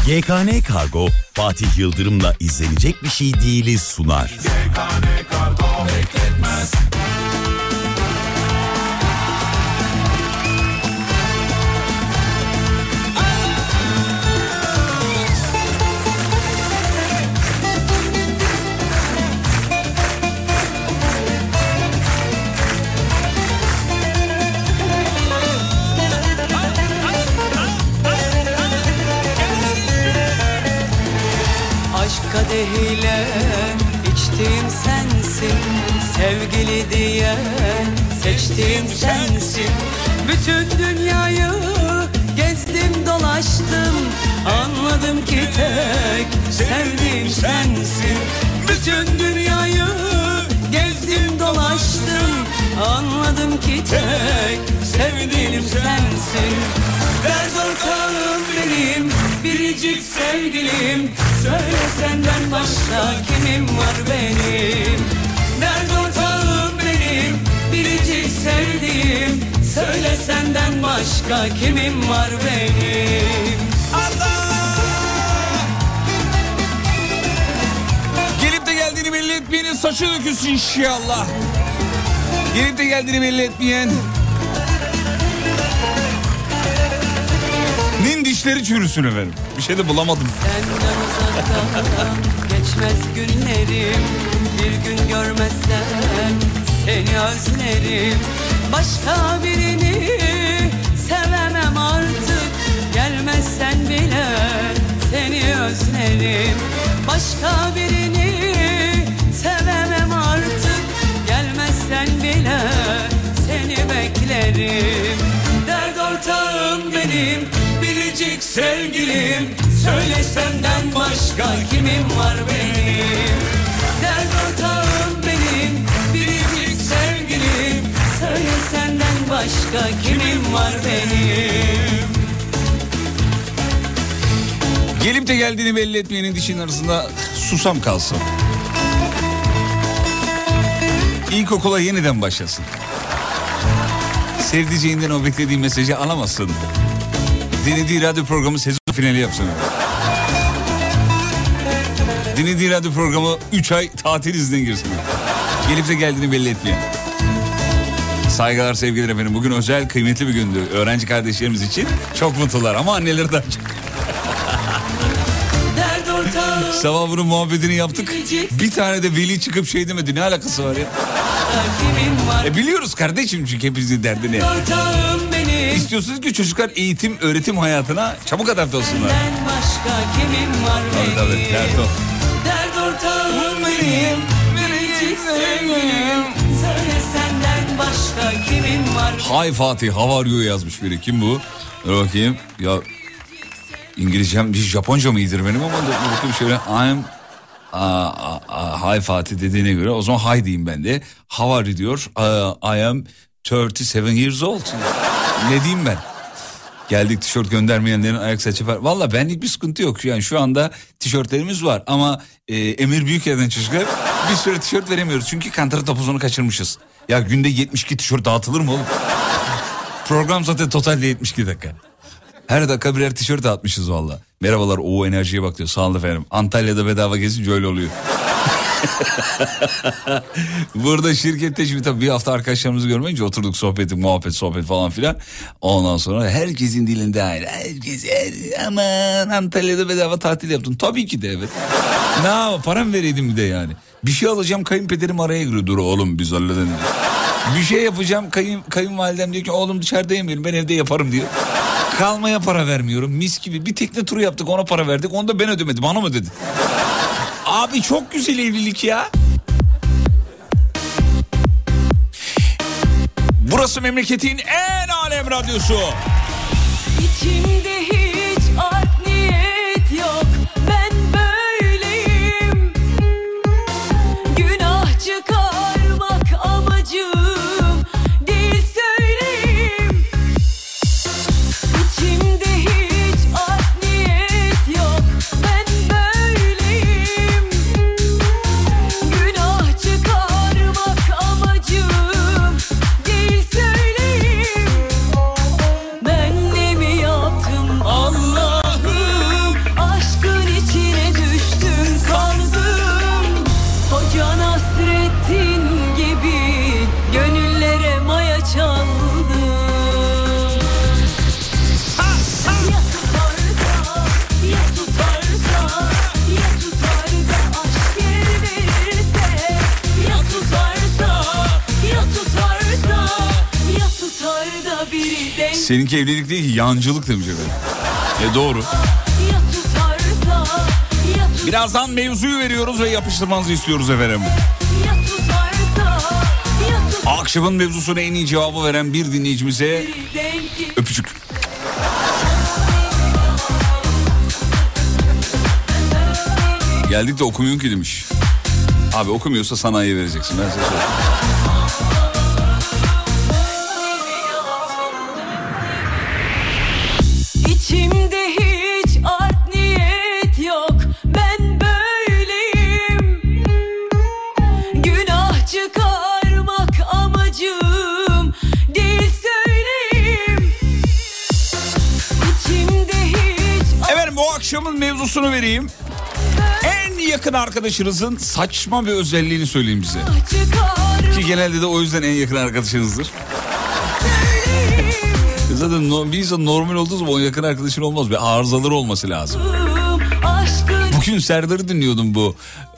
GKN Kargo Fatih Yıldırım'la izlenecek bir şey değiliz sunar. GKN Kargo bekletmez. Kadehiyle içtiğim sensin, sevgili diye seçtiğim sensin. Bütün dünyayı gezdim dolaştım, anladım ki tek sevdiğim sensin. Bütün dünyayı gezdim dolaştım, anladım ki tek sevdiğim sensin. Dert ortağım benim, biricik sevgilim. Söyle senden başka kimim var benim? Dert ortağım benim, biricik sevdiğim. Söyle senden başka kimim var benim? Allah! Gelip de geldiğini belli etmeyenin saçı dökülsün inşallah. Gelip de geldiğini belli etmeyen nin dişleri çürüsün efendim. Bir şey de bulamadım. Senden uzaktan geçmez günlerim. Bir gün görmezsem seni özlerim. Başka birini sevemem artık. Gelmezsen bile seni özlerim. Başka birini sevemem artık. Gelmezsen bile seni beklerim. Dert ortağım benim, biricik sevgilim. Söyle senden başka kimim var benim? Dert ortağım benim, biricik sevgilim. Söyle senden başka kimim var benim? Gelip de geldiğini belli etmeyenin dişinin arasında susam kalsın. İlkokula yeniden başlasın. Sevdiceğinden o beklediği mesajı alamazsın. Dinlediği radyo programı sezon finali yapsın. Dinlediği radyo programı 3 ay tatil iznine girsin. Gelip de geldiğini belli etmeyen. Saygılar, sevgiler efendim. Bugün özel, kıymetli bir gündü. Öğrenci kardeşlerimiz için çok mutlular ama anneleri daha çok. Sabah bunun muhabbetini yaptık. Bir tane de veli çıkıp şey demedi. Ne alakası var ya? Biliyoruz kardeşim çünkü hepimizin derdi ne? İstiyorsunuz ki çocuklar eğitim, öğretim hayatına çabuk adapte olsunlar. Başka kimim var benim? Tabii, dert o. Dert ortağım benim, biricik sevgilim. Söyle senden başka kimim var? Hi Fatih, how are you yazmış biri. Kim bu? Dur bakayım. Ya İngilizcem bir Japonca mı iyidir benim ama dur bakayım şöyle. Hi Fatih dediğine göre o zaman hi diyeyim ben de. How are you diyor. I am 37 years old. Ne diyeyim ben? Geldik tişört göndermeyenlerin ayak saçı var. Valla benlik bir sıkıntı yok. Yani şu anda tişörtlerimiz var ama Emir Büyükyer'den çocuklar bir süre tişört veremiyoruz. Çünkü kantarı topuzunu kaçırmışız. Ya günde 72 tişört dağıtılır mı oğlum? Program zaten totalde 72 dakika. Her dakika birer tişört dağıtmışız valla. Merhabalar, o enerjiye bak diyor. Sağ olun efendim. Antalya'da bedava gezince öyle oluyor. Burada şirkette şimdi tabii bir hafta arkadaşlarımızı görmeyince oturduk sohbet falan filan. Ondan sonra herkesin dilinde aynı. Herkes aman Antalya'da bedava tatil yaptın. Tabii ki de evet. Ne yapayım, param vereydim bir de yani. Bir şey alacağım, kayınpederim araya giriyor. Dur oğlum biz halledelim. Bir şey yapacağım, kayınvalidem diyor ki oğlum dışarıda yemeyelim, ben evde yaparım diyor. Kalmaya para vermiyorum, mis gibi. Bir tekne turu yaptık, ona para verdik, onu da ben ödemedim, bana mı ödedi? Abi çok güzel evlilik ya. Burası memleketin en alem radyosu. İçimde hiç art niyet yok. Ben böyleyim. Günah çıkarmak amacım değil, söyleyeyim. İçimde hiç art niyet yok. Ben böyleyim. Günah çıkarmak amacım değil, söyleyeyim. Ben Seninki evlilik değil ki yancılık demiş efendim. Doğru. Ya tutarsa, ya tutarsa, Birazdan mevzuyu veriyoruz ve yapıştırmanızı istiyoruz efendim. ya tutarsa, ya tutarsa. Akşamın mevzusuna en iyi cevabı veren bir dinleyicimize öpücük. Geldik de okumuyorsun ki demiş. Abi okumuyorsa sanayiye vereceksin. Ben size söyleyeyim. İçimde hiç art niyet yok. Ben böyleyim. Günah çıkarmak amacım değil söyleyeyim. İçimde hiç Efendim bu akşamın mevzusunu vereyim. En yakın arkadaşınızın saçma bir özelliğini söyleyeyim bize. art çıkarmak Ki genelde de o yüzden en yakın arkadaşınızdır. Zaten bir insan normal olduğu zaman o yakın arkadaşın olmaz. Bir arızaları olması lazım. aşkın Bugün Serdar'ı dinliyordum bu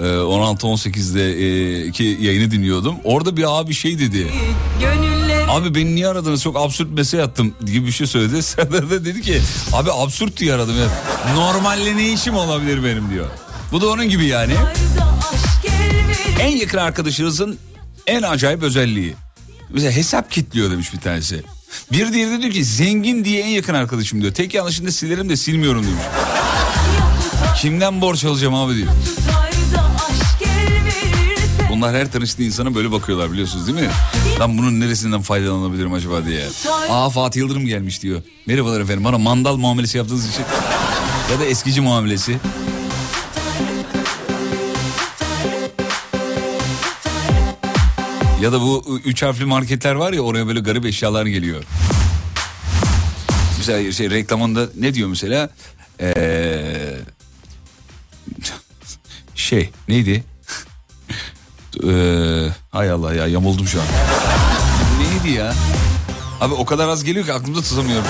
16-18'deki yayını dinliyordum. Orada bir abi şey dedi. gönüller Abi beni niye aradınız, çok absürt mesaj attım gibi bir şey söyledi. Serdar da dedi ki abi absürt diye aradım. Ya. Normalle ne işim olabilir benim diyor. Bu da onun gibi yani. aşk elverir. En yakın arkadaşınızın en acayip özelliği. Mesela hesap kilitliyor demiş bir tanesi. Bir diğeri de diyor ki zengin diye en yakın arkadaşım diyor. Tek yanlışını silerim de silmiyorum demiş. Kimden borç alacağım abi diyor. Tutar da aşk elverirse. Bunlar her tanıştığı insana böyle bakıyorlar biliyorsunuz değil mi? Lan bunun neresinden faydalanabilirim acaba diye. Fatih Yıldırım gelmiş diyor. Merhabalar efendim, bana mandal muamelesi yaptığınız için. Ya da eskici muamelesi. Ya da bu 3 harfli marketler var ya, oraya böyle garip eşyalar geliyor. Mesela reklamında ne diyor mesela? Neydi? Hay Allah ya, yamuldum şu an. Neydi ya? Abi o kadar az geliyor ki aklımda tutamıyorum.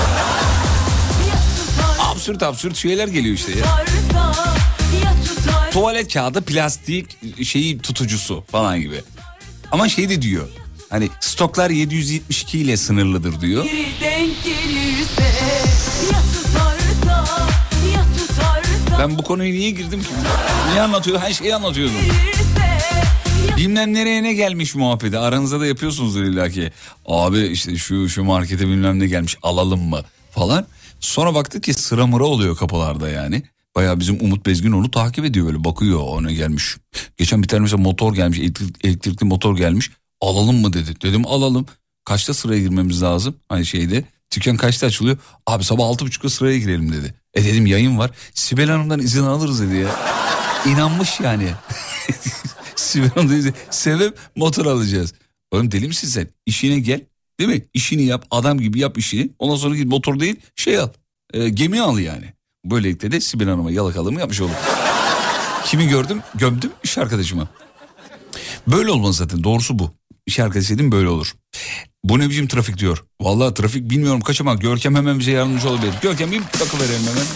Absürt şeyler geliyor işte ya. Tuvalet kağıdı, plastik şeyi tutucusu falan gibi. Ama şey de diyor. Hani stoklar 772 ile sınırlıdır diyor. Biri denk gelirse ya tutarsa, ya tutarsa Ben bu konuya niye girdim ki? Niye anlatıyordum? Her şeyi anlatıyordum. verirse, ya Bilmem nereye ne gelmiş muhabbeti. Aranızda da yapıyorsunuzdur illa ki. Abi işte şu markete bilmem ne gelmiş, alalım mı falan. Sonra baktık ki sıra mıra oluyor kapılarda yani. Bayağı bizim Umut Bezgin onu takip ediyor, böyle bakıyor ona gelmiş. Geçen bir tane mesela motor gelmiş, elektrikli motor gelmiş. Alalım mı dedi. Dedim alalım. Kaçta sıraya girmemiz lazım? Hani şeyde dükkan kaçta açılıyor? Abi sabah 6.30'da sıraya girelim dedi. Dedim yayın var. Sibel Hanım'dan izin alırız dedi ya. İnanmış yani. Sibel Hanım'dan izin. Sebep motor alacağız. Oğlum deli misin sen? İşine gel. Değil mi? İşini yap. Adam gibi yap işini. Ondan sonra git motor değil şey al. Gemi al yani. Böylelikle de Sibel Hanım'a yalakalığımı yapmış oldum. Kimi gördüm? Gömdüm iş arkadaşıma. Böyle olmaz zaten, doğrusu bu. İş arkadaşı dedim böyle olur. Bu ne biçim trafik diyor. Vallahi trafik bilmiyorum kaçamak. Görkem hemen bize yardımcı olabilir. Görkem bir bakıverelim hemen.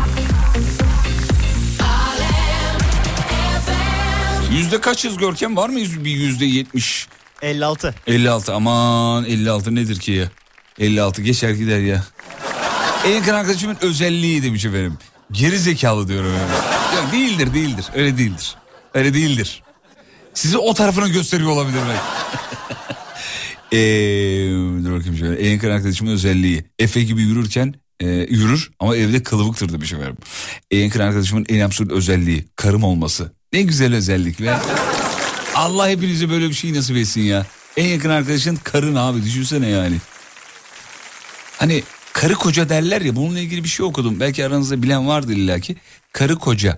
Yüzde kaçız Görkem, var mı bir %70? 56. 56, aman 56 nedir ki ya? 56 geçer gider ya. En yakın arkadaşımın özelliği demiş efendim. Geri zekalı diyorum efendim. Yok, değildir öyle değildir. Sizi o tarafına gösteriyor olabilir belki. Dur bakayım şöyle. En yakın arkadaşımın özelliği. Efe gibi yürürken yürür ama evde kılıbıktır demiş efendim. En yakın arkadaşımın en absürt özelliği karım olması. Ne güzel özellik be. Allah hepinize böyle bir şey nasip etsin ya. En yakın arkadaşın karın abi, düşünsene yani. Hani karı koca derler ya, bununla ilgili bir şey okudum. Belki aranızda bilen vardır illaki. Karı koca.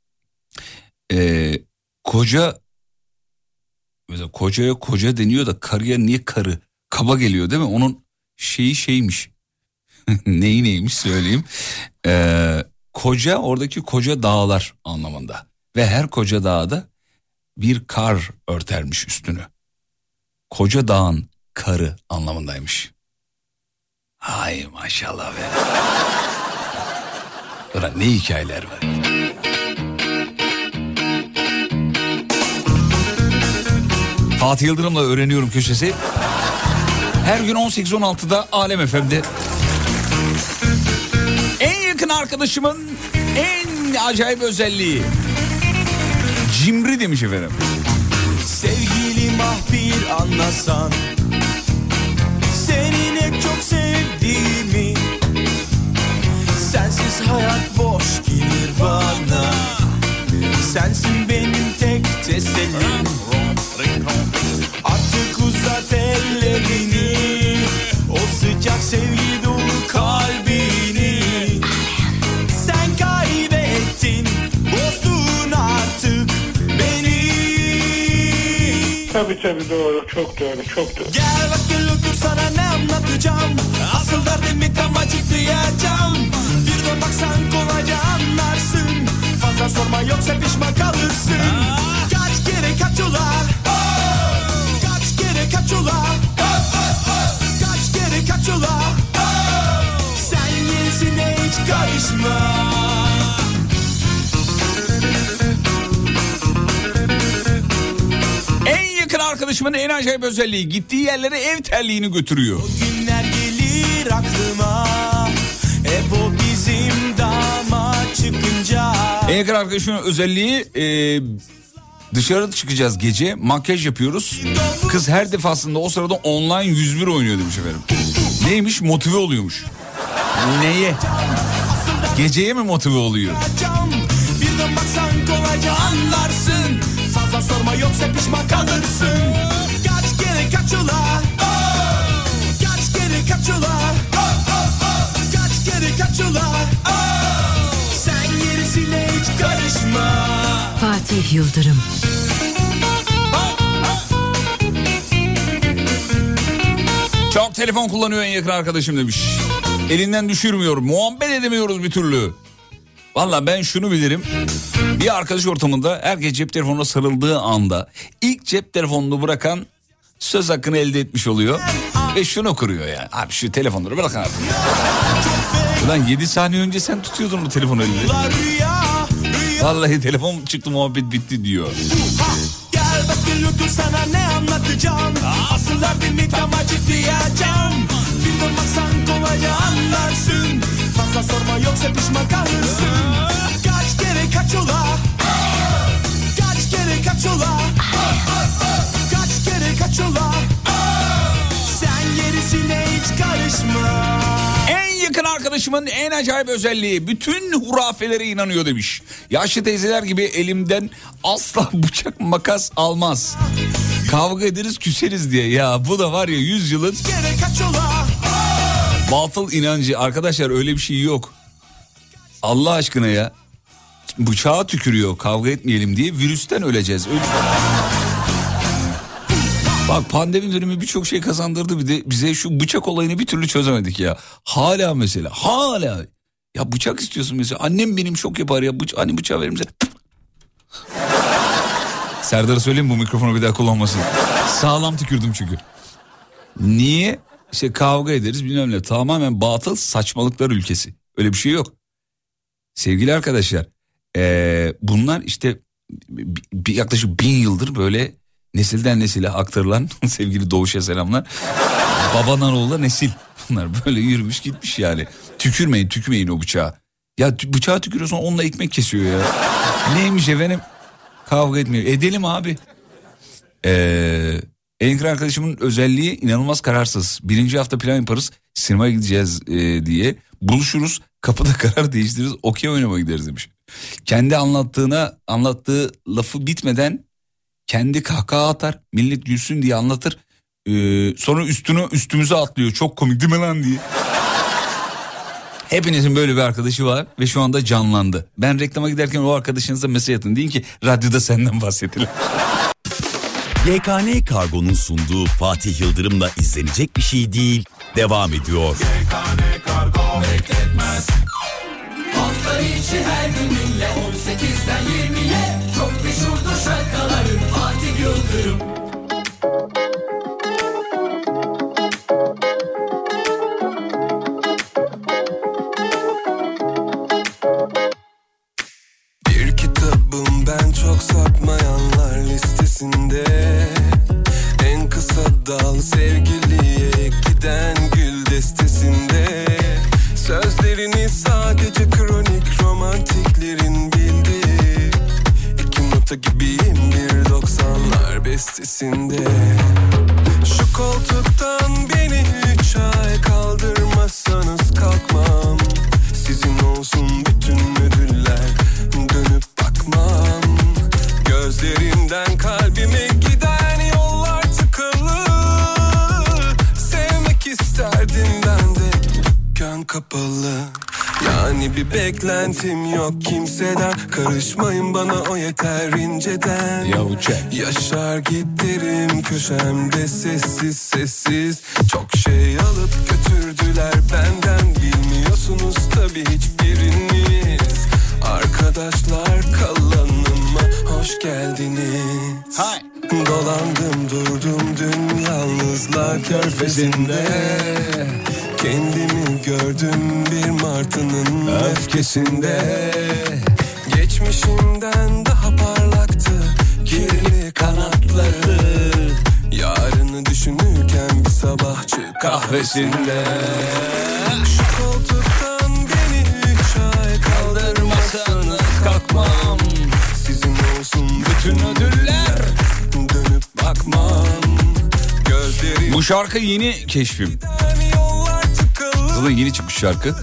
Koca. Mesela kocaya koca deniyor da karıya niye karı? Kaba geliyor değil mi? Onun şeymiş. Neymiş söyleyeyim. Koca, oradaki koca dağlar anlamında. Ve her koca dağda bir kar örtermiş üstünü. Koca dağın karı anlamındaymış. Hay maşallah be. Ulan ne hikayeler var. Fatih Yıldırım'la öğreniyorum köşesi. Her gün 18-16'da Alem FM'de. arkadaşımın en acayip özelliği. Cimri demiş efendim. Sevgilim ah bir anlasan, seni ne çok sevdiğimi. Sensiz hayat boş gelir bana. Sensin benim tek tesellim. Artık uzat ellerini, o sıcak sevgi dolu kalbini. Sen kaybettin, bozdun artık beni. Tabii doğru, çok doğru. Gel bak gel otur, sana ne anlatacağım. Asıl derdimi tam açıklayacağım. Bir de baksan kolayca anlarsın. Fazla sorma yoksa pişman kalırsın. Kaç kere kaç ola, kaç kere kaç ola, kaç kere kaç ola. Sen gerisine hiç karışma. En yakın arkadaşımın en acayip özelliği, gittiği yerlere ev terliğini götürüyor. O günler gelir aklıma, hep o bizim dama çıkınca. En yakın arkadaşımın özelliği dışarı çıkacağız gece, makyaj yapıyoruz. Kız her defasında o sırada online 101 oynuyor demiş efendim. Neymiş? Motive oluyormuş. Neye? Geceye mi motive oluyor? Bir de baksan kolayca anlarsın. Fazla sorma yoksa pişman kalırsın. Kaç kere kaç ola, kaç kere kaç ola, kaç kere kaç ola. Sen gerisine hiç karışma. Fatih Yıldırım. Çok telefon kullanıyor en yakın arkadaşım demiş. Elinden düşürmüyor, muhabbet edemiyoruz bir türlü. Valla ben şunu bilirim. Bir arkadaş ortamında herkes cep telefonuna sarıldığı anda ilk cep telefonunu bırakan söz hakkını elde etmiş oluyor. Ve şunu kuruyor yani. Abi şu telefonları bırakın artık. Ulan 7 saniye önce sen tutuyordun o telefonu elinde. Vallahi telefon çıktı, muhabbet bitti diyor. Gel bak gel otur, sana ne anlatacağım. Asıl derdimi tam açıklayacağım. Bir de baksan kolayca anlarsın. Fazla sorma yoksa pişman kalırsın. Kaç kere kaç ola, kaç kere kaç ola, kaç kere kaç ola. Sen gerisine hiç karışma. En yakın arkadaşımın en acayip özelliği, bütün hurafelere inanıyor demiş. Yaşlı teyzeler gibi elimden asla bıçak makas almaz. Kavga ederiz küseriz diye. Ya bu da var ya 100 yılın batıl inancı. Arkadaşlar öyle bir şey yok. Allah aşkına ya. Bıçağa tükürüyor kavga etmeyelim diye, virüsten öleceğiz. Bak pandemi dönemi birçok şey kazandırdı, bir de bize şu bıçak olayını bir türlü çözemedik ya. Hala mesela hala. Ya bıçak istiyorsun mesela, annem benim şok yapar ya, hani bıçağı verir misin? Serdar'a söyleyeyim bu mikrofonu bir daha kullanmasın. Sağlam tükürdüm çünkü. Niye? İşte kavga ederiz bilmem ne, tamamen batıl saçmalıklar ülkesi. Öyle bir şey yok. Sevgili arkadaşlar bunlar işte yaklaşık 1000 yıldır böyle nesilden nesile aktarılan sevgili Doğuş'a selamlar. Babadan oğula nesil. Bunlar böyle yürümüş gitmiş yani. Tükürmeyin o bıçağa. Ya bıçağa tükürüyorsun, onunla ekmek kesiyor ya. Neymiş efendim? Kavga etmiyor. Edelim abi. En yakın arkadaşımın özelliği inanılmaz kararsız. Birinci hafta plan yaparız. Sinemaya gideceğiz diye. Buluşuruz. Kapıda karar değiştiririz. Okey oynamaya gideriz demiş. Kendi anlattığı lafı bitmeden kendi kahkaha atar. Millet gülsün diye anlatır. Sonra üstümüze atlıyor. Çok komik değil mi lan diye. Hepinizin böyle bir arkadaşı var ve şu anda canlandı. Ben reklama giderken o arkadaşınıza mesaj atın. Deyin ki radyoda senden bahsedelim. YKN Kargo'nun sunduğu Fatih Yıldırım'la izlenecek bir şey değil devam ediyor. YKN Kargo bekletmez. Hafta içi her gününle 18'den 20'ye çok meşhurdur şarkıların Fatih Yıldırım. Bir kitabım ben, çok sapmayanlar listesinde. En kısa dal sevgiliye giden gül destesinde. Sözlerini sadece kır Başta gibiyim bir 90'lar bestesinde. Şu koltuktan beni 3 ay kaldırmazsanız kalkmam. Sizin olsun bütün ödüller, dönüp bakmam. Gözlerimden kalbime giden yollar tıkalı. Sevmek isterdim ben de, dükkan kapalı. Yani bir beklentim yok kimseden. Karışmayın bana, o yeter inceden. Yaşar giderim köşemde sessiz sessiz. Çok şey alıp götürdüler benden. Bilmiyorsunuz tabii hiçbiriniz. Arkadaşlar kalanıma hoş geldiniz. Dolandım durdum dün yalnızlar körfezinde. Kendimi gördüm bir martının öfkesinde. Geçmişimden daha parlaktı kirli kanatları. Yarını düşünürken bir sabahçı kahvesinde. Şu koltuktan beni 3 ay kaldırmazsanız kalkmam. Sizin olsun bütün ödüller, dönüp bakmam. Bu şarkı yeni keşfim. Zaten yeni çıkmış şarkı.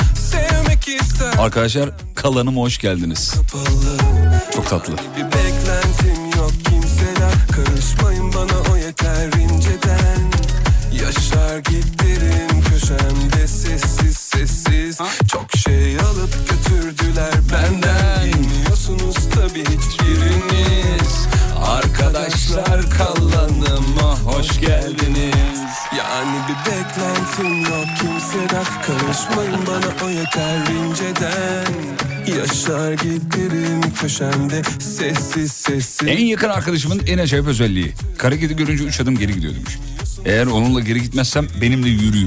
Arkadaşlar kalanıma hoş geldiniz. Çok tatlı. Bir beklentim yok kimseden. Karışmayın bana, o yeter inceden. Yaşar giderim köşemde sessiz sessiz. Çok şey alıp götürdüler benden. Bilmiyorsunuz tabii hiçbiriniz. Arkadaşlar kalanıma hoş geldiniz. Yani bir beklentim yok kimseden. Karışmayın bana, o yeter inceden. Yaşar giderim köşemde sessiz sessiz. En yakın arkadaşımın en acayip özelliği: kara kedi görünce 3 adım geri gidiyor demiş. Eğer onunla geri gitmezsem benimle yürüyün.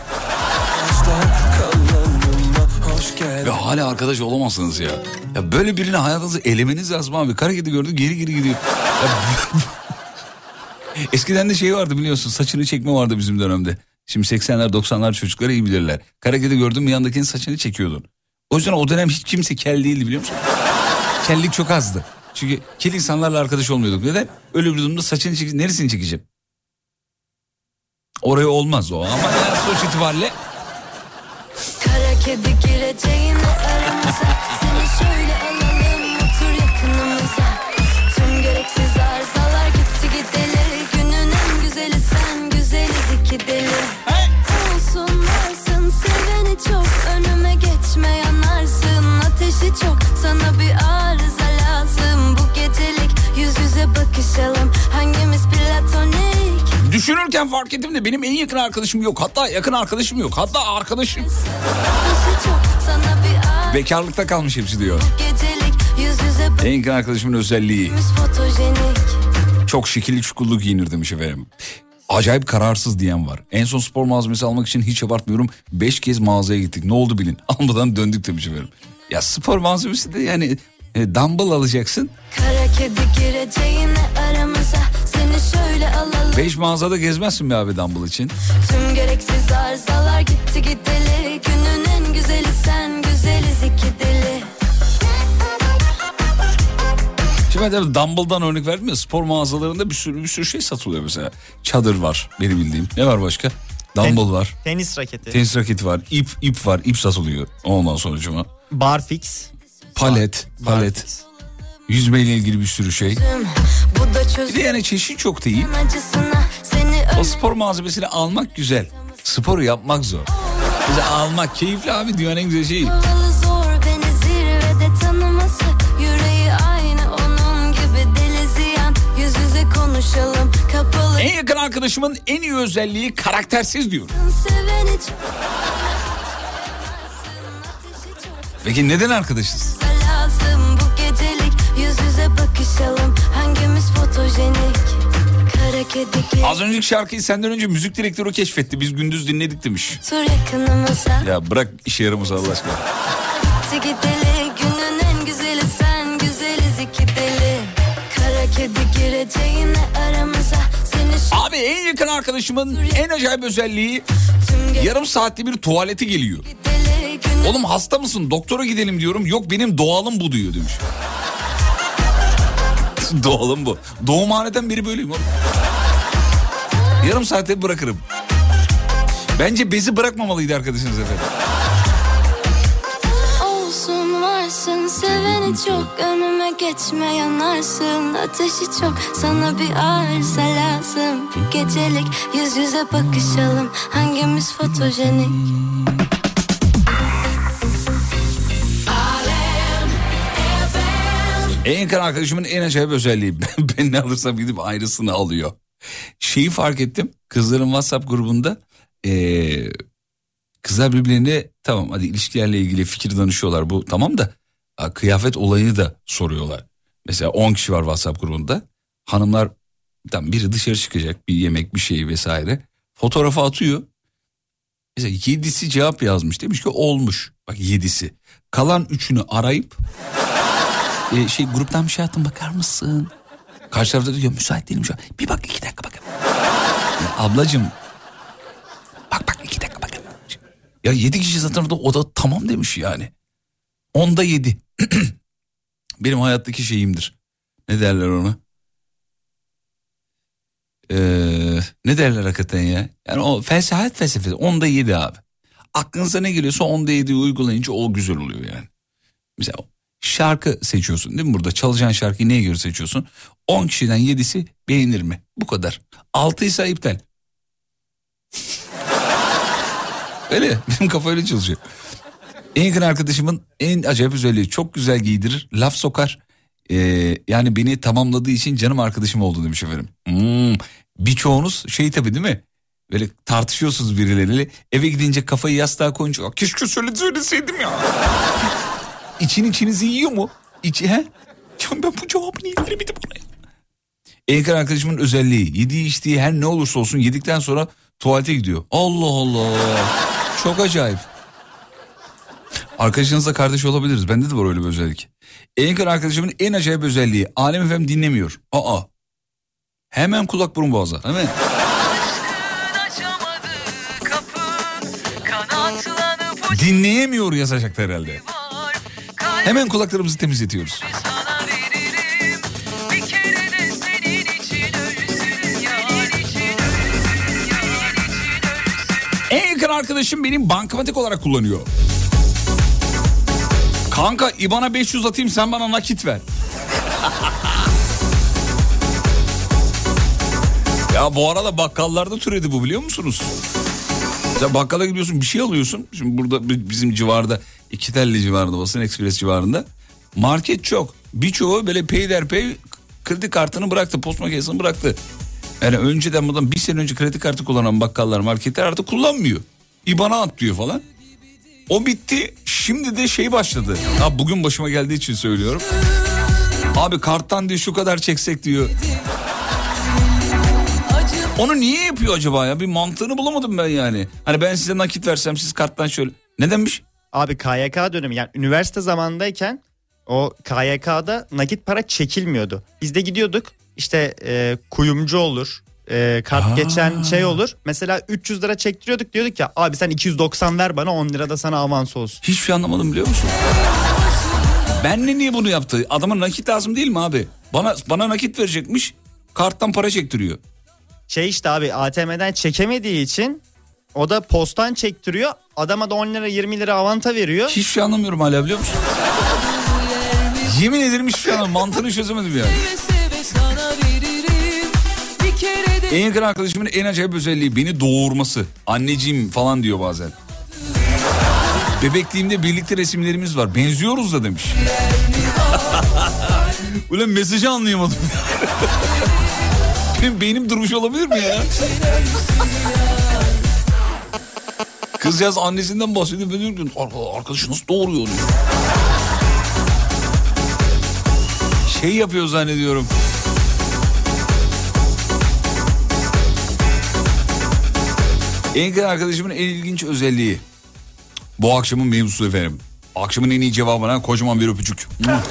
Ve hala arkadaş olamazsınız ya. Ya böyle birini hayatınızı elemeniz lazım abi. Kara kedi gördü geri gidiyor. Eskiden de şey vardı biliyorsun, saçını çekme vardı bizim dönemde. Şimdi 80'ler 90'lar çocukları iyi bilirler. Kara kedi gördün mü yandakinin saçını çekiyordun. O yüzden o dönem hiç kimse kel değildi biliyor musun? Kellik çok azdı. Çünkü kel insanlarla arkadaş olmuyorduk. Neden? Öyle bir durumda saçını neresini çekeceğim? Oraya olmaz o ama yani sonuç itibariyle. Kara kedi gireceğine aramıza. Seni şöyle alalım, otur yakınımıza. Tüm gereksiz arızalar gitti gideli. Günün en güzeli sen, güzeliz iki deli. Olsun varsın, seveni çok. Önüme geçme yanarsın, ateşi çok. Sana bir arıza lazım bu gecelik. Yüz yüze bakışalım, hangimiz platonik? Düşünürken fark ettim de benim en yakın arkadaşım yok. Hatta yakın arkadaşım yok. Hatta arkadaşım. Bekarlıkta kalmış hepsi diyor. En yakın arkadaşımın özelliği: çok şekilli çukurlu giyinir demiş efendim. Acayip kararsız diyen var. En son spor malzemesi almak için hiç abartmıyorum 5 kez mağazaya gittik. Ne oldu bilin. Almadan döndük demiş efendim. Ya spor malzemesi de yani dumbbell alacaksın. Kara kedi gireceğine aramıza. Seni şöyle alalım. 5 mağazada gezmezsin be abi dumbbell için. Tüm gereksiz arızalar gitti gideli. Günün en güzeli sen, güzeliz iki deli. Şimdi ben de dumbbell'dan örnek verdim ya, spor mağazalarında bir sürü şey satılıyor mesela. Çadır var benim bildiğim. Ne var başka? Dumbbell var. Tenis raketi. Tenis raketi var. İp var. İp satılıyor. Ondan sonucuma. Barfix. Palet. Barfix. Yüzmeyle ilgili bir sürü şey. Bir de yani çeşit çok değil. O spor malzemesini almak güzel. Sporu yapmak zor. Bize almak keyifli abi, dünyanın en güzel şeyi. En yakın arkadaşımın en iyi özelliği karaktersiz diyor. Peki neden arkadaşız? Az önceki şarkıyı senden önce müzik direktörü keşfetti. Biz gündüz dinledik demiş. Ya bırak işe yaramaz Allah aşkına. Günün en güzeli sen, güzeliz iki deli. Kara kedi gireceğine aramıza. Abi en yakın arkadaşımın en acayip özelliği yarım saatte bir tuvalete geliyor. Oğlum hasta mısın? Doktora gidelim diyorum. Yok benim doğalım bu diyor demiş. Doğalım bu. Doğumhaneden beri böyleyim oğlum. Yarım saate bırakırım. Bence bezi bırakmamalıydı arkadaşınız efendim. Olsun varsın seveni çok, önüme geçme yanarsın, ateşi çok, sana bir arıza lazım. Bir gecelik yüz yüze bakışalım, hangimiz fotojenik? En yakın arkadaşımın en acayip özelliği. Ben ne alırsam gidip ayrısını alıyor. Şeyi fark ettim. Kızların WhatsApp grubunda kızlar birbirlerine tamam hadi ilişkilerle ilgili fikir danışıyorlar. Bu tamam da kıyafet olayını da soruyorlar. Mesela 10 kişi var WhatsApp grubunda. Hanımlar tam biri dışarı çıkacak, bir yemek bir şey vesaire. Fotoğrafı atıyor. Mesela 7'si cevap yazmış, demiş ki olmuş. Bak 7'si. Kalan 3'ünü arayıp gruptan bir şey attım bakar mısın? Karşı tarafta diyor müsait değilim şu an. Bir bak 2 dakika bakın. Ablacığım bak 2 dakika bakın. Ya 7 kişi zaten orada, o da tamam demiş yani. 10'da 7. Benim hayattaki şeyimdir. Ne derler ona? Ne derler hakikaten ya? Yani o felsefesi 10'da 7 abi. Aklınıza ne geliyorsa 10'da 7'yi uygulayınca o güzel oluyor yani. Mesela şarkı seçiyorsun değil mi burada? Çalacağın şarkıyı neye göre seçiyorsun? 10 kişiden 7'si beğenir mi? Bu kadar. 6 ise iptal. Öyle. Benim kafa öyle çalışıyor. En yakın arkadaşımın en acayip özelliği, çok güzel giydirir, laf sokar. Yani beni tamamladığı için canım arkadaşım oldu demiş efendim. Birçoğunuz tabii değil mi? Böyle tartışıyorsunuz birileriyle. Eve gidince kafayı yastığa koyunca keşke söyleseydim ya. İçinizi yiyor mu? Ya ben bu cevabı niye veremedim buna ya? En yakın arkadaşımın özelliği, yediği içtiği her ne olursa olsun yedikten sonra tuvalete gidiyor. Allah Allah. Çok acayip. Arkadaşınızla kardeş olabiliriz. Bende de var öyle bir özellik. En yakın arkadaşımın en acayip özelliği, Alem FM dinlemiyor. Hemen kulak burun boğaza. Hemen. Dinleyemiyor yazacaktı herhalde. Hemen kulaklarımızı temizletiyoruz. En yakın arkadaşım benim bankamatik olarak kullanıyor. Kanka IBAN'a 500 atayım, sen bana nakit ver. Ya bu arada bakkallarda türedi bu, biliyor musunuz? Sen bakkala gidiyorsun, bir şey alıyorsun. Şimdi burada bizim civarda, İkitelli civarında, Basın Ekspres civarında market çok. Birçoğu böyle peyderpey kredi kartını bıraktı, post makinesini bıraktı. Yani önceden, bundan bir sene önce kredi kartı kullanan bakkallar, marketler artık kullanmıyor. IBAN'a at diyor falan. O bitti. Şimdi de başladı. Bugün başıma geldiği için söylüyorum. Abi karttan diyor şu kadar çeksek diyor. Onu niye yapıyor acaba ya? Bir mantığını bulamadım ben yani. Hani ben size nakit versem, siz karttan şöyle. Nedenmiş? Abi KYK dönemi, yani üniversite zamanındayken o KYK'da nakit para çekilmiyordu. Biz de gidiyorduk işte kuyumcu olur, kart geçen olur. Mesela 300 lira çektiriyorduk, diyorduk ya abi sen 290 ver bana, 10 lira da sana avans olsun. Hiçbir şey anlamadım biliyor musun? Benle niye bunu yaptı? Adama nakit lazım değil mi abi? Bana nakit verecekmiş, karttan para çektiriyor. İşte abi ATM'den çekemediği için o da posttan çektiriyor. Adama da 10 lira 20 lira avanta veriyor. Hiçbir şey anlamıyorum hala, biliyor musun? Yemin ederim hiçbir şey anlamadım. Mantığını çözemedim yani. En yakın arkadaşımın en acayip özelliği beni doğurması. Anneciğim falan diyor bazen. Bebekliğimde birlikte resimlerimiz var. Benziyoruz da demiş. Ulan mesajı anlayamadım. Benim beynim durmuş olabilir mi ya? Kızcağız annesinden bahsediyor. Ben diyorum arkadaşı nasıl doğuruyor diyor. Yapıyor zannediyorum. En yakın arkadaşımın en ilginç özelliği. Bu akşamın mevzusu efendim. Akşamın en iyi cevabına kocaman bir öpücük.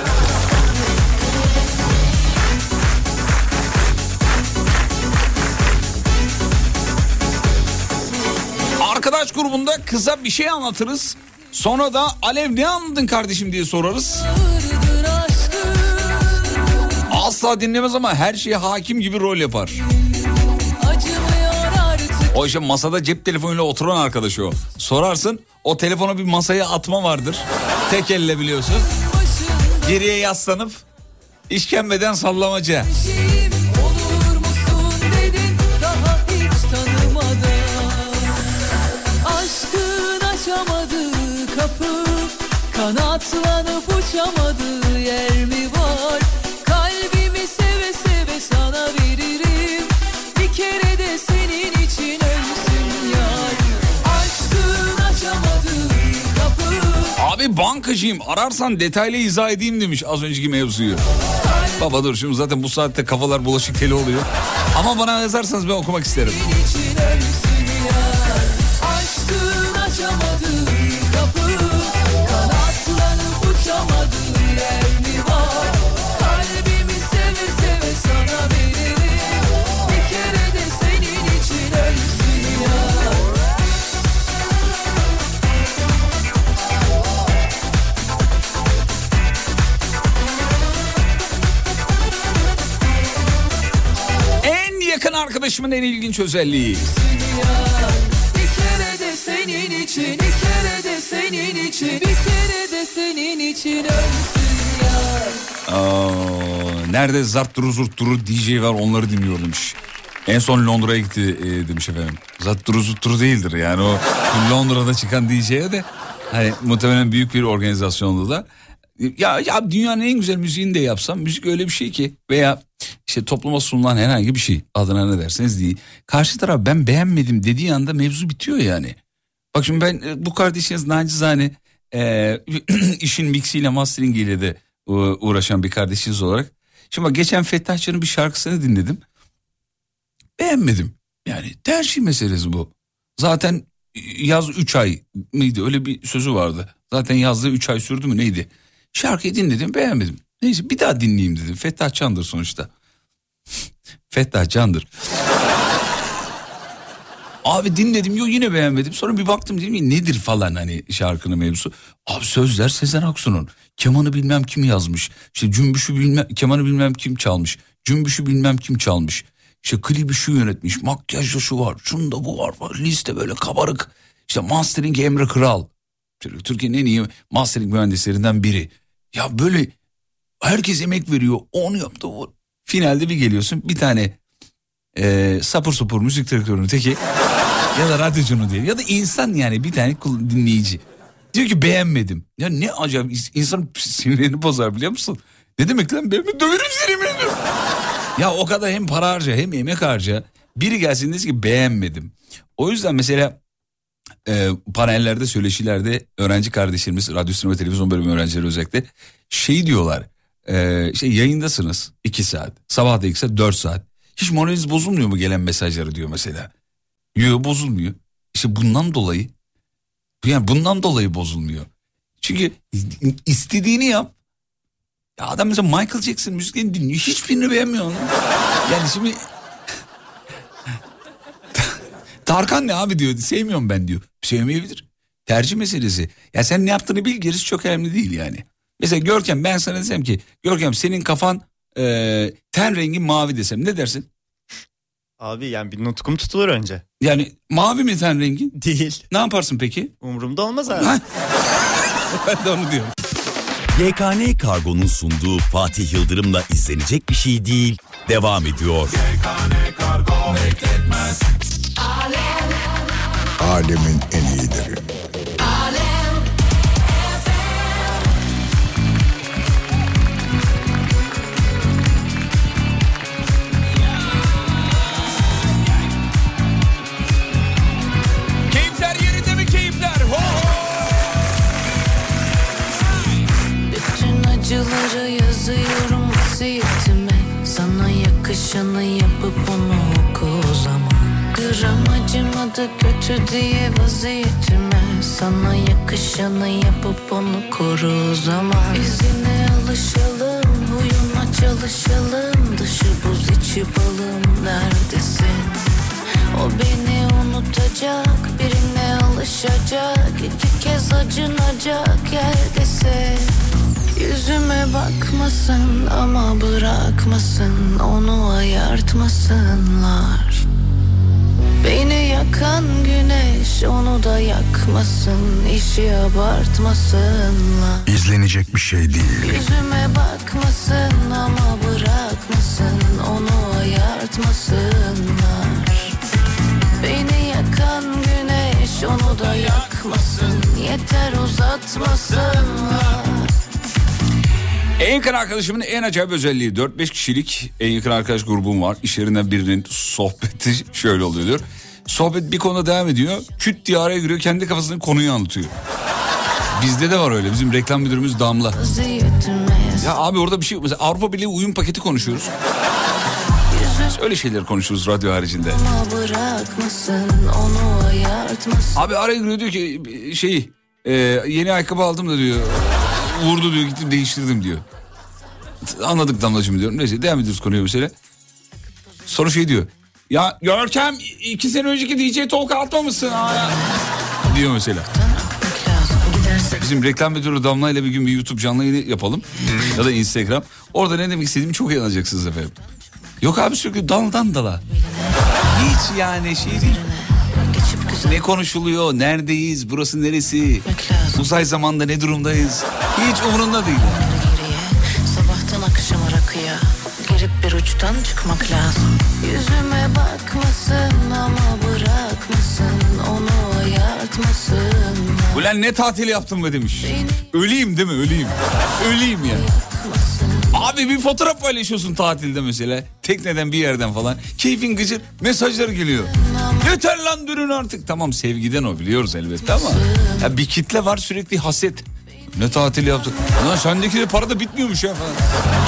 Arkadaş grubunda kıza bir şey anlatırız. Sonra da Alev ne anladın kardeşim diye sorarız. Asla dinlemez ama her şeye hakim gibi rol yapar. O işte masada cep telefonuyla oturan arkadaşı o. Sorarsın, o telefonu bir masaya atma vardır. Tek elle biliyorsun. Geriye yaslanıp işkembeden sallamaca. Olur musun dedin, daha hiç tanımadım. Aşkın açamadığı kapı, kanatlanıp uçamadığı yer mi var? Kalbimi seve seve sana veririm, bir kere de senin için ölsün yar. Aşkın açamadığı kapı. Abi bankacıyım, ararsan detaylı izah edeyim demiş az önceki mevzuyu. Baba dur şimdi, zaten bu saatte kafalar bulaşık teli oluyor. Ama bana yazarsanız ben okumak isterim. Aşkın açamadığı kapı, kanatlanıp uçamadığı yer mi var? Kalbimi seve seve sana veririm, bir kere de senin için ölsün ya. En yakın arkadaşımın en ilginç özelliği. Bir kere de senin için, bir kere de senin için, bir kere de senin için ölsün ya. Nerede zart duru zurt duru DJ var, onları dinliyor demiş. En son Londra'ya gitti demiş efendim. Zart duru zurt duru değildir yani o Londra'da çıkan DJ'ye de hani muhtemelen büyük bir organizasyonda da. Ya dünyanın en güzel müziğini de yapsam, müzik öyle bir şey ki, veya işte topluma sunulan herhangi bir şey, adına ne derseniz değil. Karşı taraf ben beğenmedim dediği anda mevzu bitiyor yani. Bak şimdi ben bu kardeşiniz nacizane işin mixiyle masteringiyle de uğraşan bir kardeşiniz olarak. Şimdi bak, geçen Fettah Can'ın bir şarkısını dinledim. Beğenmedim. Yani tercih meselesi bu. Zaten yaz 3 ay mıydı, öyle bir sözü vardı. Zaten yazdığı 3 ay sürdü mü neydi? Şarkıyı dinledim, beğenmedim. Neyse bir daha dinleyeyim dedim. Fettah Can'dır sonuçta. Fettah Can'dır. Abi dinledim, yok yine beğenmedim. Sonra bir baktım, dedim ki nedir falan hani şarkının mevzusu. Abi sözler Sezen Aksu'nun. Kemanı bilmem kim yazmış. İşte cümbüşü bilmem, kemanı bilmem kim çalmış. Cümbüşü bilmem kim çalmış. İşte klibi şu yönetmiş. Makyajda şu var. Şunda bu var. Liste böyle kabarık. İşte mastering Emre Kral. Türkiye'nin en iyi mastering mühendislerinden biri. Ya böyle herkes emek veriyor. Onu yaptı. Finalde bir geliyorsun, bir tane sapır supur müzik direktörünün teki ya da radyocunun diye ya da insan, yani bir tane dinleyici diyor ki beğenmedim. Ya ne acayip, insan sinirini bozar biliyor musun? Ne demek lan, ben döverim seni. Ya o kadar hem para harca hem emek harca, biri gelsin desin ki beğenmedim. O yüzden mesela panellerde, söyleşilerde öğrenci kardeşlerimiz, radyo, sinema, televizyon bölümü öğrencileri özellikle şey diyorlar. Yayındasınız 2 saat, sabah da 2 saat, 4 saat. Hiç moraliniz bozulmuyor mu gelen mesajları diyor mesela. Yok, bozulmuyor. İşte bundan dolayı, yani bundan dolayı bozulmuyor. Çünkü istediğini yap. Ya adam mesela Michael Jackson müziklerini dinliyor, hiçbirini beğenmiyor onu. Yani şimdi Tarkan ne abi diyor, sevmiyorum ben diyor. Sevmeyebilir. Tercih meselesi. Ya sen ne yaptığını bil, gerisi çok önemli değil yani. Mesela Görkem, ben sana desem ki Görkem senin kafan ten rengi mavi desem ne dersin? Abi yani bir nutkum tutulur önce. Yani mavi mi ten rengi? Değil. Ne yaparsın peki? Umurumda olmaz abi. Ben de onu diyorum. YKN Kargo'nun sunduğu Fatih Yıldırım'la izlenecek bir şey değil devam ediyor. YKN Kargo bekletmez. Alemin en iyileri. Keyifler yerinde mi keyifler? Ho ho! Bütün acıları yazıyorum vasiyetime. Sana yakışanı yapıp onu oku o zaman. Gram acımadı kötü diye vaziyetime. Sana yakışanı yapıp onu koru o zaman. İzine alışalım, huyuna çalışalım. Dışı buz içi balım, neredesin? O beni unutacak, birine alışacak. 2 kez acınacak yerdesin. Yüzüme bakmasın ama bırakmasın, onu ayartmasınlar. Beni yakan güneş onu da yakmasın, işi abartmasınlar. İzlenecek bir şey değil. Yüzüme bakmasın ama bırakmasın, onu ayartmasınlar. Beni yakan güneş onu da yakmasın, yeter uzatmasınlar. En yakın arkadaşımın en acayip özelliği, 4-5 kişilik en yakın arkadaş grubum var. İş yerinden birinin sohbeti şöyle oluyor diyor. Sohbet bir konuda devam ediyor. Küt diye araya giriyor, kendi kafasının konuyu anlatıyor. Bizde de var öyle. Bizim reklam müdürümüz Damla. Ya abi orada bir şey, mesela Avrupa Birliği uyum paketi konuşuyoruz. Biz öyle şeyler konuşuruz radyo haricinde. Abi araya giriyor, diyor ki yeni ayakkabı aldım da diyor. Vurdu diyor, gittim değiştirdim diyor. Anladık Damlacığım diyorum. Neyse devam ediyoruz konuya mesela. Sonra şey diyor. Ya Görkem 2 sene önceki DJ Talk'a atmamışsın ha diyor mesela. Bizim reklam müdürü Damla ile bir gün bir YouTube canlı yayını yapalım. Ya da Instagram. Orada ne demek istediğimi çok iyi anlayacaksınız efendim. Yok abi sürekli daldan dala. Hiç yani şey değil. Ne konuşuluyor, neredeyiz, burası neresi, uzay zamanda ne durumdayız, hiç umurunda değil. Sabahtan akşama rakıya girip bir uçtan çıkmak lazım. Yüzüme bakmasın ama bırakmasın, onu ayartmasın. Ulan ne tatil yaptım be demiş. Öleyim değil mi, öleyim. Öleyim ya. Abi bir fotoğraf paylaşıyorsun tatilde mesela. Tekneden bir yerden falan. Keyfin gıcır, mesajlar geliyor. Yeter lan durun artık. Tamam sevgiden o, biliyoruz elbette ama. Ya bir kitle var sürekli haset. Ne tatil yaptın? Ulan sendeki de para da bitmiyormuş ya falan.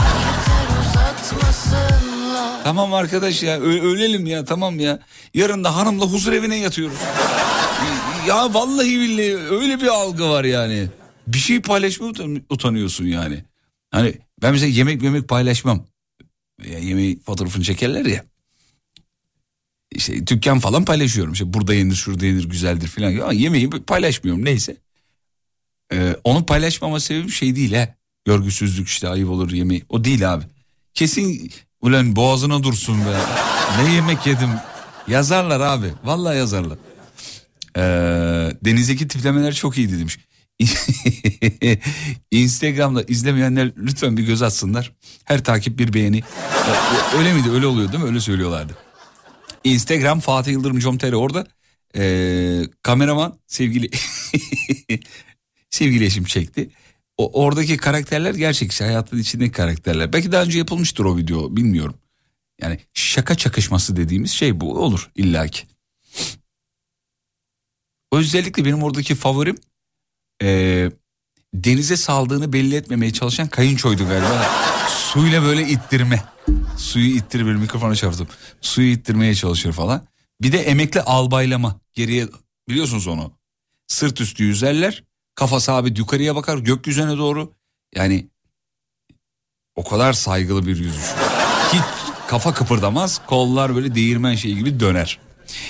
Tamam arkadaş ya ölelim ya, tamam ya. Yarın da hanımla huzur evine yatıyoruz. Ya vallahi billahi öyle bir algı var yani. Bir şey paylaşmaya utanıyorsun yani. Hani ben mesela yemek paylaşmam. Ya yemeği fotoğrafını çekerler ya. İşte dükkan falan paylaşıyorum. İşte burada yenir, şurada yenir, güzeldir falan. Ama yemeği paylaşmıyorum neyse. Onu paylaşmama sebebim şey değil ha. Görgüsüzlük işte, ayıp olur yemeği. O değil abi. Kesin ulan boğazına dursun be. Ne yemek yedim. Yazarlar abi. Vallahi yazarlar. Denizdeki tiplemeler çok iyiydi demiş. Instagram'da izlemeyenler lütfen bir göz atsınlar. Her takip bir beğeni. Öyle miydi? Öyle oluyor değil mi? Öyle söylüyorlardı. Instagram Fatih Yıldırım com.tr, orada kameraman sevgili sevgili eşim çekti. Oradaki karakterler gerçek hayatın içindeki karakterler. Belki daha önce yapılmıştır o video, bilmiyorum. Yani şaka çakışması dediğimiz şey bu olur illaki. Özellikle benim oradaki favorim denize saldığını belli etmemeye çalışan kayınçoydu galiba. Suyla böyle ittirme. Suyu ittir, böyle mikrofona çarptım. Suyu ittirmeye çalışıyor falan. Bir de emekli albaylama. Geriye, biliyorsunuz onu. Sırt üstü yüzerler. Kafa sabit yukarıya bakar, gökyüzüne doğru. Yani o kadar saygılı bir yüzüş. Hiç kafa kıpırdamaz. Kollar böyle değirmen şeyi gibi döner.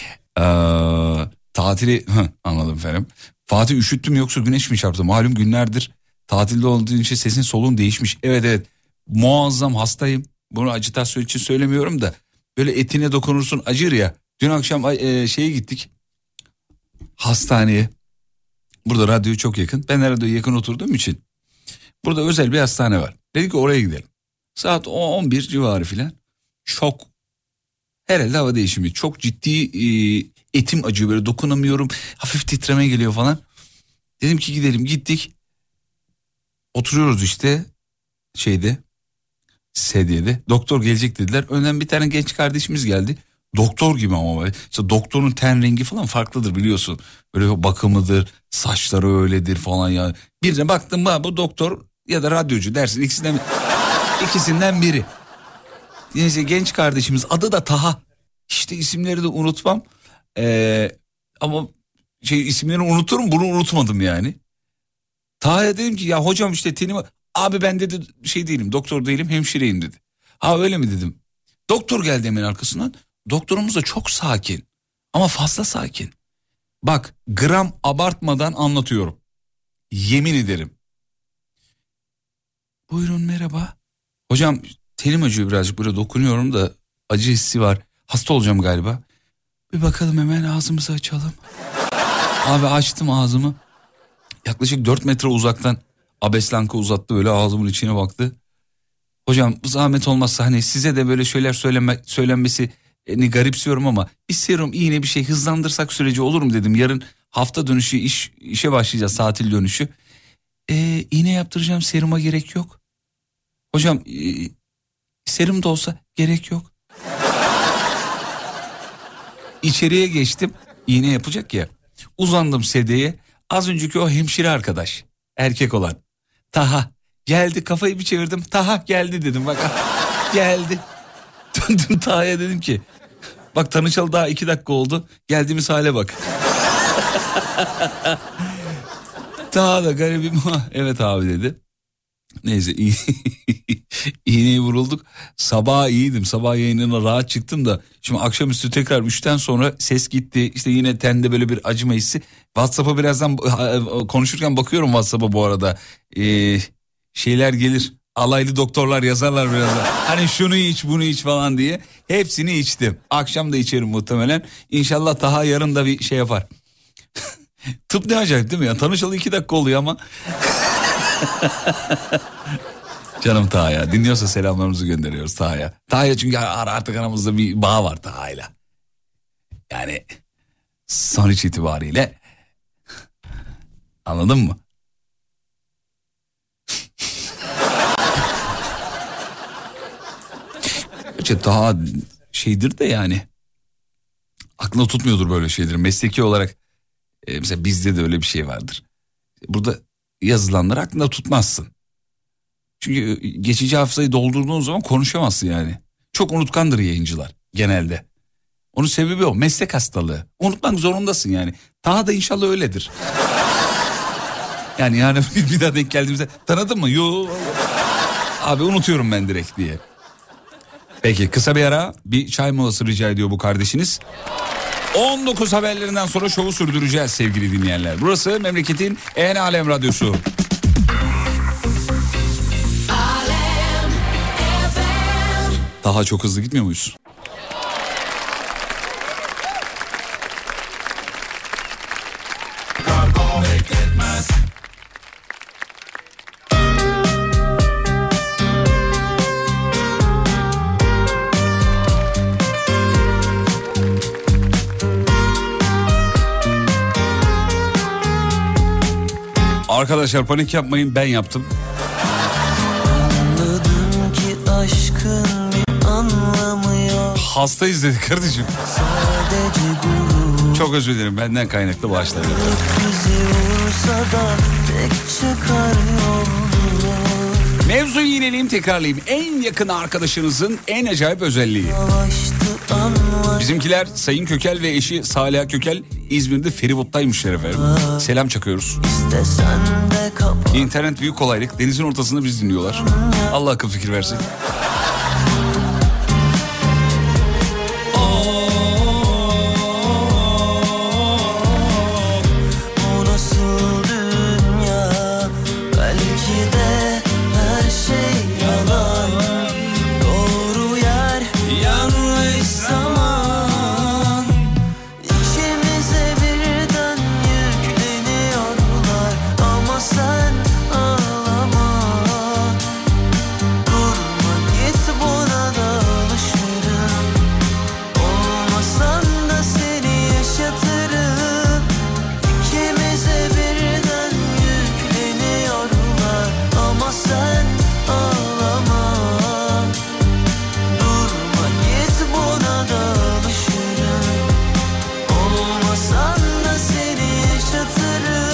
Tatili anladım efendim. Fatih üşüttüm yoksa güneş mi çarptı? Malum günlerdir tatilde olduğun için sesin soluğun değişmiş. Evet muazzam hastayım. Bunu ajitasyon için söylemiyorum da böyle etine dokunursun acır ya. Dün akşam şeye gittik hastaneye. Burada radyoya çok yakın. Ben radyoya yakın oturduğum için burada özel bir hastane var. Dedik ki oraya gidelim. Saat 11 civarı filan. Çok herhalde hava değişimi. Çok ciddi etim acıyor, böyle dokunamıyorum. Hafif titreme geliyor falan. Dedim ki gidelim, gittik. Oturuyoruz işte sedyede. Doktor gelecek dediler. Önden bir tane genç kardeşimiz geldi. Doktor gibi ama böyle. İşte doktorun ten rengi falan farklıdır biliyorsun. Böyle bakımlıdır, saçları öyledir falan ya. Birine baktım bu doktor ya da radyocu dersin, ikisinden biri. Neyse genç kardeşimiz, adı da Taha. İşte isimleri de unutmam. Ama isimlerini unuturum, bunu unutmadım yani. Taha'ya dedim ki ya hocam işte tenim... Abi ben dedi değilim, doktor değilim, hemşireyim dedi. Ha öyle mi dedim. Doktor geldi hemen arkasından. Doktorumuz da çok sakin ama fazla sakin. Bak gram abartmadan anlatıyorum. Yemin ederim. Buyurun merhaba. Hocam telim acıyor birazcık, böyle dokunuyorum da acı hissi var. Hasta olacağım galiba. Bir bakalım, hemen ağzımızı açalım. Abi açtım ağzımı. Yaklaşık 4 metre uzaktan abeslankı uzattı, böyle ağzımın içine baktı. Hocam bu zahmet olmazsa hani size de böyle şeyler söylenmesi garipsiyorum ama bir serum, iğne, bir şey hızlandırsak süreci olur mu dedim. Yarın hafta dönüşü işe başlayacağız, tatil dönüşü. İğne yaptıracağım, seruma gerek yok. Hocam serum da olsa gerek yok. İçeriye geçtim, iğne yapacak ya. Uzandım sedyeye. Az önceki o hemşire arkadaş, erkek olan Taha geldi, kafayı bir çevirdim. Taha geldi dedim, bak geldi. Döndüm Taha'ya, dedim ki bak tanışalı daha 2 dakika oldu, geldiğimiz hale bak. Taha da garibim, evet abi dedi. Neyse iğneyi vurulduk. Sabah iyiydim, sabah yayınına rahat çıktım da şimdi akşamüstü tekrar 3'ten sonra ses gitti. İşte yine tende böyle bir acıma hissi. WhatsApp'a birazdan konuşurken bakıyorum WhatsApp'a bu arada. Şeyler gelir, alaylı doktorlar yazarlar birazdan. Hani şunu iç bunu iç falan diye. Hepsini içtim. Akşam da içerim muhtemelen. İnşallah Taha yarın da bir şey yapar. Tıp ne acayip değil mi ya? Tanışalı 2 dakika oluyor ama. Canım Taha'ya, dinliyorsa selamlarımızı gönderiyoruz Taha'ya. Taha'ya çünkü artık aramızda bir bağ var Taha'yla. Yani sonuç itibariyle anladın mı? İşte Taha şeydir de yani aklına tutmuyordur böyle şeyleri. Mesleki olarak mesela bizde de öyle bir şey vardır. Burada yazılanları aklında tutmazsın. Çünkü geçici hafızayı doldurduğun zaman konuşamazsın yani. Çok unutkandır yayıncılar genelde. Onun sebebi o, meslek hastalığı. Unutmak zorundasın yani. Taha da inşallah öyledir. Yani bir daha denk geldiğimizde tanıdın mı? Yok. Abi unutuyorum ben direkt diye. Peki kısa bir ara, bir çay molası rica ediyor bu kardeşiniz. 19 haberlerinden sonra şovu sürdüreceğiz sevgili dinleyenler. Burası memleketin en alem radyosu. Daha çok hızlı gitmiyor muyuz? Kargo bekletmez. Arkadaşlar panik yapmayın, ben yaptım. Anladım ki aşkın bir anlamı yok. Hastayız dedi kardeşim. Sadece gurur. Çok özür dilerim, benden kaynaklı başladı. Bizi vursa da tek çıkar yoldur. Mevzuyu yineleyeyim, tekrarlayayım. En yakın arkadaşınızın en acayip özelliği. Savaştı anlar. Bizimkiler Sayın Kökel ve eşi Saliha Kökel İzmir'de feribottaymışlar efendim. Selam çakıyoruz. İstesen de kapat. İnternet büyük kolaylık. Denizin ortasında biz dinliyorlar. Allah akıl fikir versin. Bu nasıl dünya? Belki de her şey yalan. Doğru yer, yanlış zaman. İkimize birden yükleniyorlar. Ama sen ağlama. Durma git, buna da alışırım. Olmasan da seni yaşatırım. İkimize birden yükleniyorlar. Ama sen ağlama. Durma git, buna da alışırım. Olmasan da seni yaşatırım.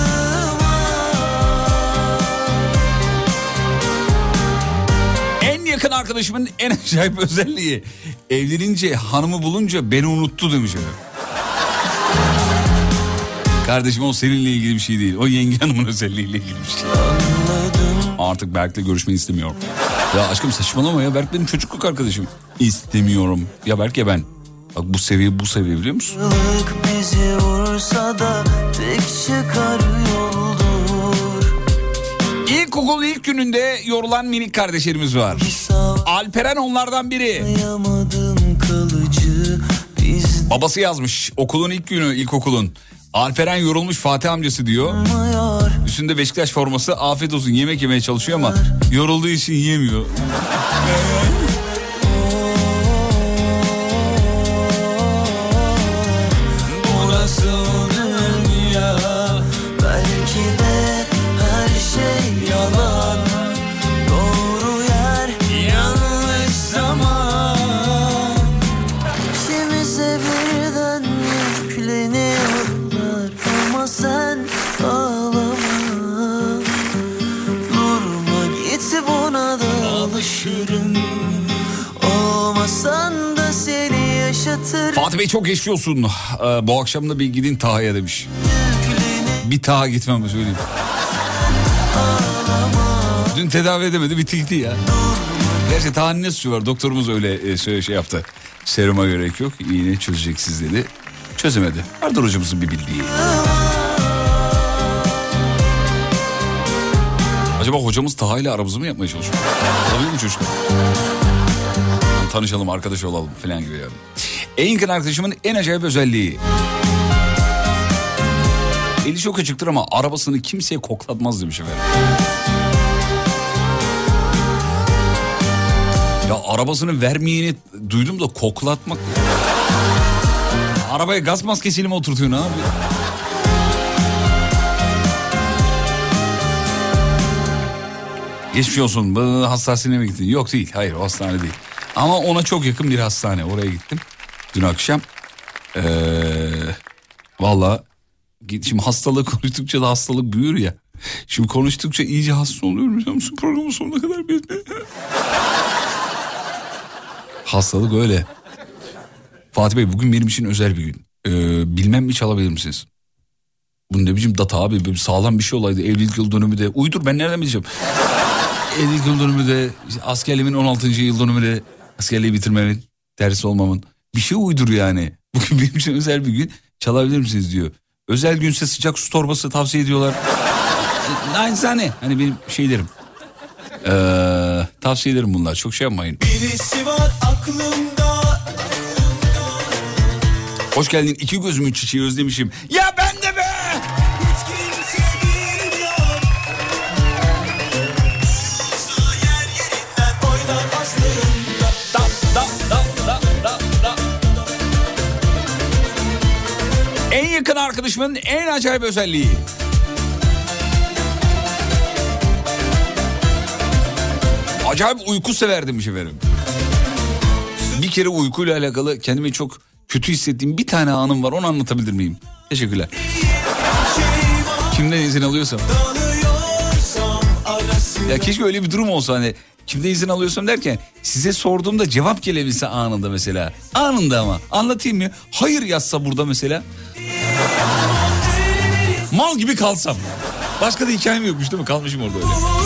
En yakın arkadaşımın en acayip özelliği. Evlenince, hanımı bulunca beni unuttu demiş efendim. Kardeşim o seninle ilgili bir şey değil. O yenge hanımın özelliğiyle ilgili bir şey. Artık Berk'le görüşmeyi istemiyorum. Ya aşkım saçmalama ya, Berk benim çocukluk arkadaşım. İstemiyorum. Ya Berk ya ben. Bak bu seviye biliyor musun? Yıllık bizi vursa da tek çıkar yoldur. İlkokul ilk gününde yorulan minik kardeşlerimiz var. Alperen onlardan biri. Babası yazmış okulun ilk günü, ilkokulun. Alperen yorulmuş Fatih amcası diyor. Üstünde Beşiktaş forması, afiyet olsun, yemek yemeye çalışıyor ama yorulduğu için yiyemiyor. Fatih Bey çok geçiyorsun. Bu akşam da bir gidin Taha'ya demiş. Bir Taha gitmem söyleyeyim. Dün tedavi edemedi, bitti gitti ya. Gerçi Taha'nın ne suçu var? Doktorumuz öyle şey yaptı. Seruma gerek yok, iğne çözeceksiniz dedi. Çözemedi. Vardır hocamızın bir bildiği. Acaba hocamız Taha ile aramızı mı yapmaya çalışıyor? Olabilir mi çocuklar? Tanışalım, arkadaş olalım falan gibi yani. En yakın arkadaşımın en acayip özelliği. Eli çok açıktır ama arabasını kimseye koklatmaz demiş efendim. Ya arabasını vermeyeni duydum da koklatmak. Arabaya gaz maskesiyle mi oturtuyor, ne yapıyor? Geçmiş olsun, hastaneye mi gittin? Yok değil, hayır, o hastane değil. Ama ona çok yakın bir hastane, oraya gittim dün akşam. Valla şimdi hastalığı konuştukça da hastalık büyür ya. Şimdi konuştukça iyice hasta oluyorum. Şu programın sonuna kadar hastalık öyle. Fatih Bey, bugün benim için özel bir gün. Bilmem mi çalabilir misiniz? Bu ne biçim data abi, böyle sağlam bir şey olaydı. Evlilik yıl dönümü de uydur, ben nereden bileceğim? Evlilik yıl dönümü de, askerliğimin 16. yıl dönümü de, askerliği bitirmemin, tersi olmamın. Bir şey uydur yani. Bugün benim için özel bir gün, çalabilir misiniz diyor. Özel günse sıcak su torbası tavsiye ediyorlar. Naçizane hani benim şeylerim. Tavsiye ederim bunlar, çok şey yapmayın. Birisi var aklımda. Hoş geldin iki gözümün çiçeği, özlemişim. Ya ben de be! En yakın arkadaşımın en acayip özelliği. Acayip uyku sever demiş efendim. Bir kere uykuyla alakalı kendimi çok kötü hissettiğim bir tane anım var, onu anlatabilir miyim? Teşekkürler. Kimden izin alıyorsam. Ya keşke öyle bir durum olsa, hani kimden izin alıyorsam derken size sorduğumda cevap gelebilse anında mesela. Anında ama anlatayım mı? Hayır yazsa burada mesela. Mal gibi kalsam. Başka da hikayem yokmuş değil mi? Kalmışım orada öyle.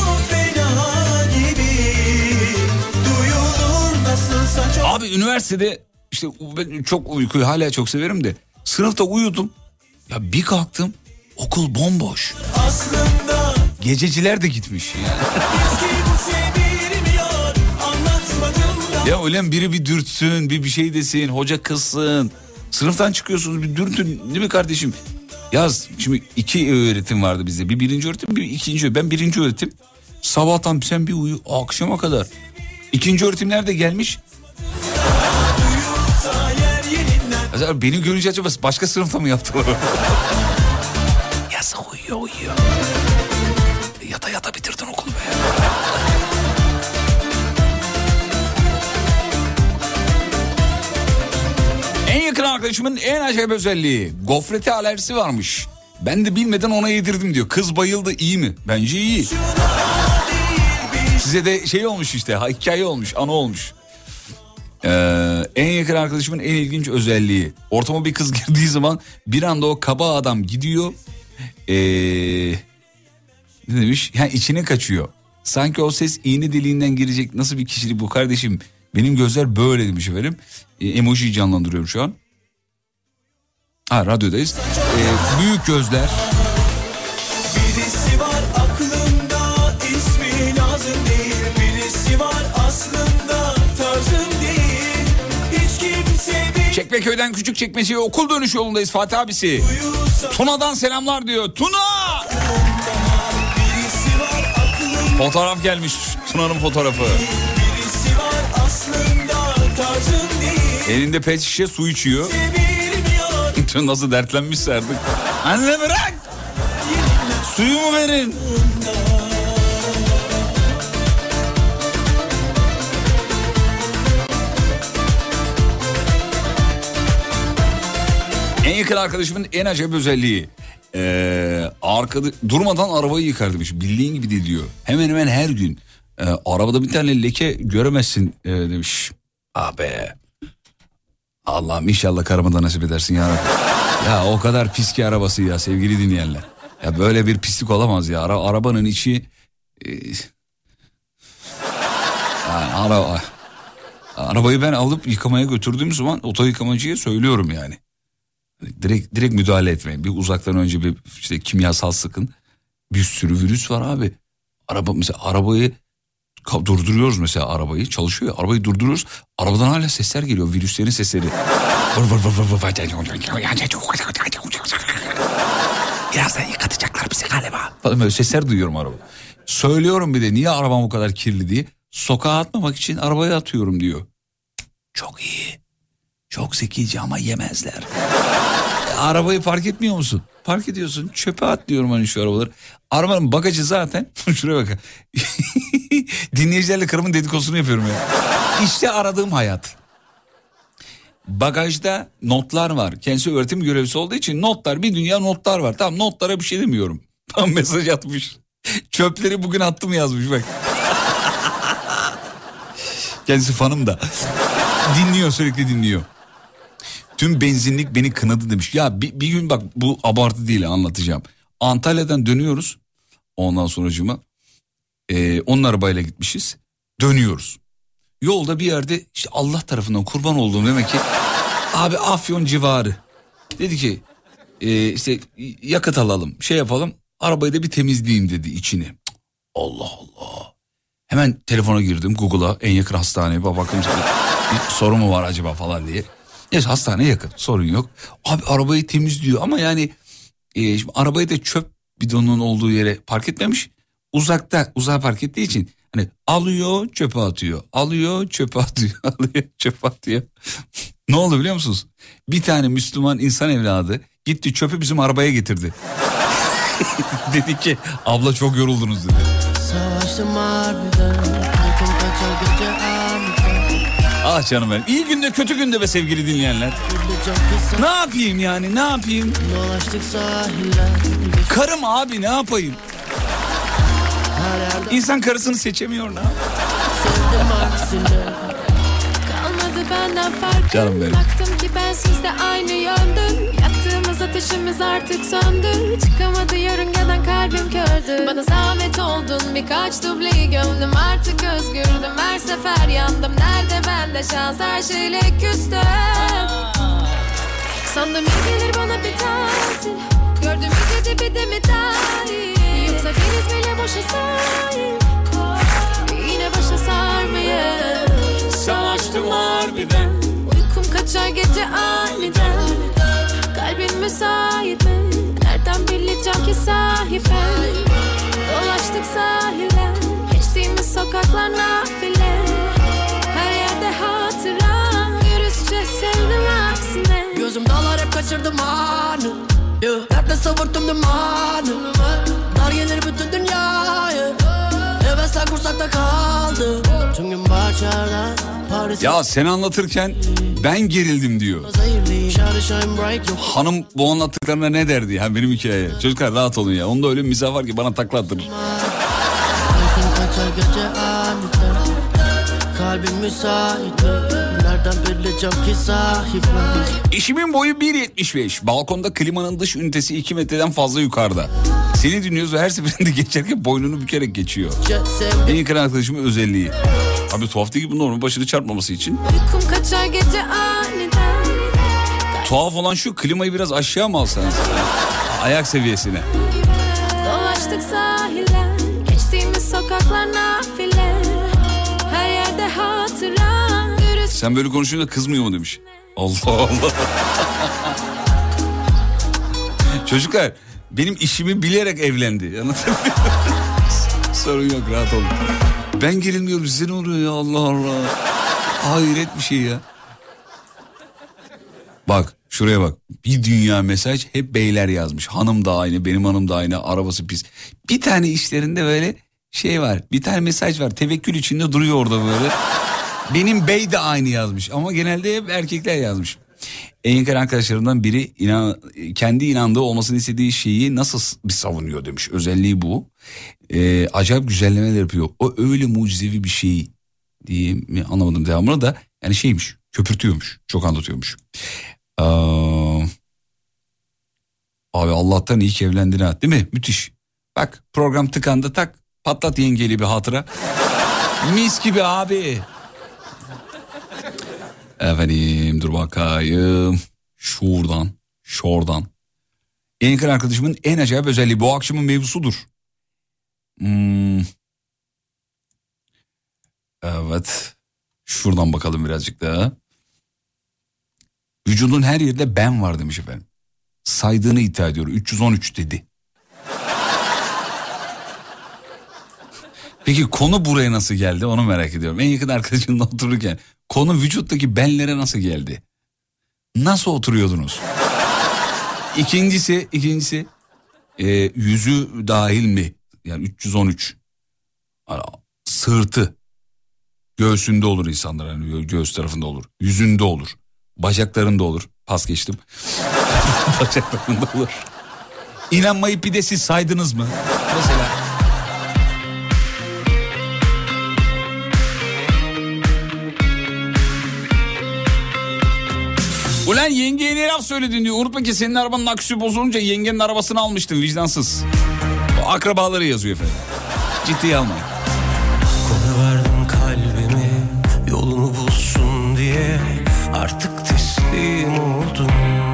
Abi üniversitede işte ben çok uykuyu hala çok severim de sınıfta uyudum. Ya bir kalktım, okul bomboş. Gececiler de gitmiş yani. Ya öyle biri bir dürtsün, bir şey desin, hoca kızsın. Sınıftan çıkıyorsunuz, bir dürtün değil mi kardeşim? Yaz, şimdi 2 öğretim vardı bizde. Bir birinci öğretim, bir ikinci öğretim. Ben birinci öğretim. Sabahtan sen bir uyu, akşama kadar. İkinci öğretimler de gelmiş. Mesela beni görünce acaba başka sınıfta mı yaptılar? Yasa uyuyor. Yata bitirdin okulu be. En yakın arkadaşımın en acayip özelliği, gofrete alerjisi varmış. Ben de bilmeden ona yedirdim diyor. Kız bayıldı, iyi mi? Bence iyi. Size de şey olmuş işte, hikaye olmuş, anı olmuş. En yakın arkadaşımın en ilginç özelliği, ortama bir kız girdiği zaman bir anda o kaba adam gidiyor. Ne demiş? Yani içine kaçıyor. Sanki o ses iğne deliğinden girecek. Nasıl bir kişilik bu kardeşim? Benim gözler böyle demiş efendim. Emojiyi canlandırıyorum şu an. Radyodayız. Büyük gözler. Çekmeköy'den Küçükçekmece'ye okul dönüş yolundayız Fatih abisi. Tuna'dan selamlar diyor. Tuna! Fotoğraf gelmiş, Tuna'nın fotoğrafı. Elinde pet şişe su içiyor. Nasıl dertlenmişse artık. Anne bırak! Suyumu verin. En yakın arkadaşımın en acayip özelliği. Durmadan arabayı yıkar demiş. Bildiğin gibi de diyor. Hemen hemen her gün. Arabada bir tane leke göremezsin demiş. Abi. Allah'ım inşallah karıma da nasip edersin ya. Ya o kadar pis ki arabası ya sevgili dinleyenler. Ya böyle bir pislik olamaz ya. Arabanın içi... Arabayı ben alıp yıkamaya götürdüğüm zaman oto yıkamacıya söylüyorum yani. Direkt müdahale etmeyin. Bir uzaktan önce bir işte kimyasal sıkın. Bir sürü virüs var abi. Arabayı durduruyoruz mesela, arabayı çalışıyor. Arabayı durduruyoruz. Arabadan hala sesler geliyor. Virüslerin sesleri. Birazdan yıkatacaklar bizi galiba. Falan böyle sesler duyuyorum araba. Söylüyorum bir de niye arabam bu kadar kirli diye. Sokağa atmamak için arabaya atıyorum diyor. Çok iyi. Çok zekice ama yemezler. Arabayı park etmiyor musun? Park ediyorsun. Çöpe at diyorum hani şu arabaları. Arabanın bagajı zaten. Şuraya bak. Dinleyicilerle karımın dedikodusunu yapıyorum ya. İşte aradığım hayat. Bagajda notlar var. Kendisi öğretim görevlisi olduğu için notlar, bir dünya notlar var. Tamam, notlara bir şey demiyorum. Tam mesaj atmış. Çöpleri bugün attım yazmış bak. Kendisi fanım da. Dinliyor, sürekli dinliyor. Tüm benzinlik beni kınadı demiş. Ya bir gün bak, bu abartı değil, anlatacağım. Antalya'dan dönüyoruz. Ondan sonracığıma onun arabayla gitmişiz. Dönüyoruz. Yolda bir yerde işte Allah tarafından kurban olduğum demek ki abi Afyon civarı. Dedi ki işte yakıt alalım, şey yapalım, arabayı da bir temizleyeyim dedi içini. Allah Allah. Hemen telefona girdim, Google'a, en yakın hastaneye bakın bir sorun mu var acaba falan diye. Neyse hastaneye yakın, sorun yok. Abi arabayı temizliyor ama yani şimdi arabayı da çöp bidonunun olduğu yere park etmemiş. Uzağa park ettiği için hani alıyor çöpe atıyor. Alıyor çöpe atıyor. Alıyor çöpe atıyor. Ne oldu biliyor musunuz? Bir tane Müslüman insan evladı gitti çöpü bizim arabaya getirdi. Dedi ki abla çok yoruldunuz dedi. Ah canım benim. İyi günde kötü günde be sevgili dinleyenler. Ne yapayım yani, ne yapayım? Karım abi, ne yapayım? İnsan karısını seçemiyor ne? Kalmadı benden farkı. Canım benim. Baktım ki ben sizde aynı yöndüm. Yaktığımız ateşimiz artık söndü. Çıkamadı yörüngeden kalbim kördü. Bana zahmet oldun, birkaç dubleyi gömdüm. Artık özgürdüm, her sefer yandım. Nerede bende şans, her şeyle küstüm. Sandım iyi gelir bana bir tatil. Gördüm iyice dibi de mi dahil. Yoksa deniz bile boşa sahil. Yine başa sarmayı savaştım harbiden. Uykum kaçar gece aniden. Kalbin müsait mi? Nereden bileceğim ki sahiben? Dolaştık sahile, geçtiğimiz sokaklar nafile. Her yerde hatıra, dürüstçe sevdim aksine. Gözüm dağlar hep kaçırdım anı. Nerede savurttum dumanı. Dar gelir bütün dünyayı. Hevesler kursakta kaldı. Tüm gün bahçerden Paris. Ya sen anlatırken ben gerildim diyor. Hanım bu anlattıklarına ne derdi ya benim hikayeye? Çocuklar rahat olun ya. Onda öyle bir mizah var ki bana takla attırır. Kalbim müsait mi? Nereden bileceğim ki sahip mi? Eşimin boyu 1.75. Balkonda klimanın dış ünitesi 2 metreden fazla yukarıda. Seni dinliyoruz ve her seferinde geçerken boynunu bükerek geçiyor. En yakın arkadaşımın özelliği. Abi tuhaf değil ki bu, normal başını çarpmaması için. Uykum kaçar gece aniden. Tuhaf olan şu, klimayı biraz aşağı mı alsanız? Ayak seviyesine. Dolaştık sahile, geçtiğimiz sokaklar nafile. Her yerde hatıra. Sen böyle konuşunca kızmıyor mu demiş. Allah Allah. Çocuklar benim işimi bilerek evlendi. Anlatabiliyor muyum? Sorun yok, rahat olun. Ben gerilmiyorum, size ne oluyor ya, Allah Allah. Hayret bir şey ya. Bak şuraya bak, bir dünya mesaj, hep beyler yazmış. Hanım da aynı, benim hanım da aynı, arabası pis. Bir tane işlerinde böyle şey var, bir tane mesaj var, tevekkül içinde duruyor orada böyle. Benim bey de aynı yazmış ama genelde hep erkekler yazmış. En yakın arkadaşlarımdan biri kendi inandığı, olmasını istediği şeyi nasıl bir savunuyor demiş. Özelliği bu. Acayip güzellemeler yapıyor. O öyle mucizevi bir şey diye mi anlamadım devamını da. Yani şeymiş, köpürtüyormuş, çok anlatıyormuş. Abi Allah'tan iyi ki evlendin ha, değil mi? Müthiş. Bak program tıkandı, tak patlat yengeli bir hatıra. Mis gibi abi. Efendim dur bakayım. Şuradan. En yakın arkadaşımın en acayip özelliği bu akşamın mevzusudur. Evet. Şuradan bakalım birazcık daha. Vücudun her yerinde ben var demiş efendim. Saydığını iddia ediyor. 313 dedi. Peki konu buraya nasıl geldi onu merak ediyorum. En yakın arkadaşımla otururken konu vücuttaki benlere nasıl geldi? Nasıl oturuyordunuz? İkincisi yüzü dahil mi? Yani 313. Sırtı. Göğsünde olur insanlar. Yani göğüs tarafında olur. Yüzünde olur. Bacaklarında olur. Pas geçtim. Bacaklarında olur. İnanmayıp bir de siz saydınız mı? Mesela. Ulan yengeye ne laf söyledin diyor. Unutma ki senin arabanın aküsü bozulunca yengenin arabasını almıştın, vicdansız. O akrabaları yazıyor efendim. Ciddiye almayın. Koyuverdim kalbimi yolunu bulsun diye. Artık teslim oldum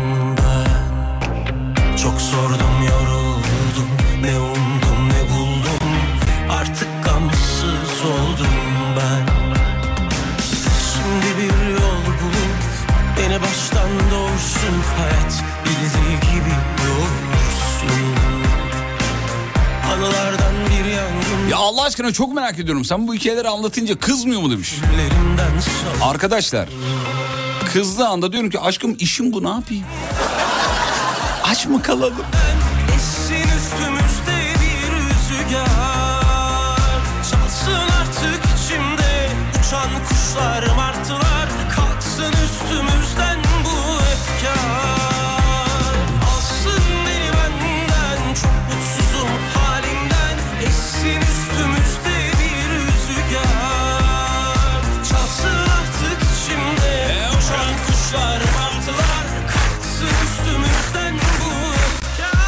ben. Çok sordum, yoruldum, ne umdum ne buldum. Artık gamsız oldum ben. Şimdi bir yol bulup beni baştan doğursun. Hayat bildiği gibi doğursun. Anılardan bir yangın. Ya Allah aşkına çok merak ediyorum. Sen bu hikayeleri anlatınca kızmıyor mu demiş. Arkadaşlar kızdığı anda diyorum ki aşkım işim bu, ne yapayım? Aç mı kalalım? Essin üstümüzde bir rüzgar. Çalsın artık içimde uçan kuşlar, martılar. Kalksın üstümüzden bu efkar. Alsın beni benden, çok mutsuzum halimden. Essin üstümüzde bir rüzgar. Çalsın artık içimde uçan kuşlar, martılar. Kalksın üstümüzden bu efkar.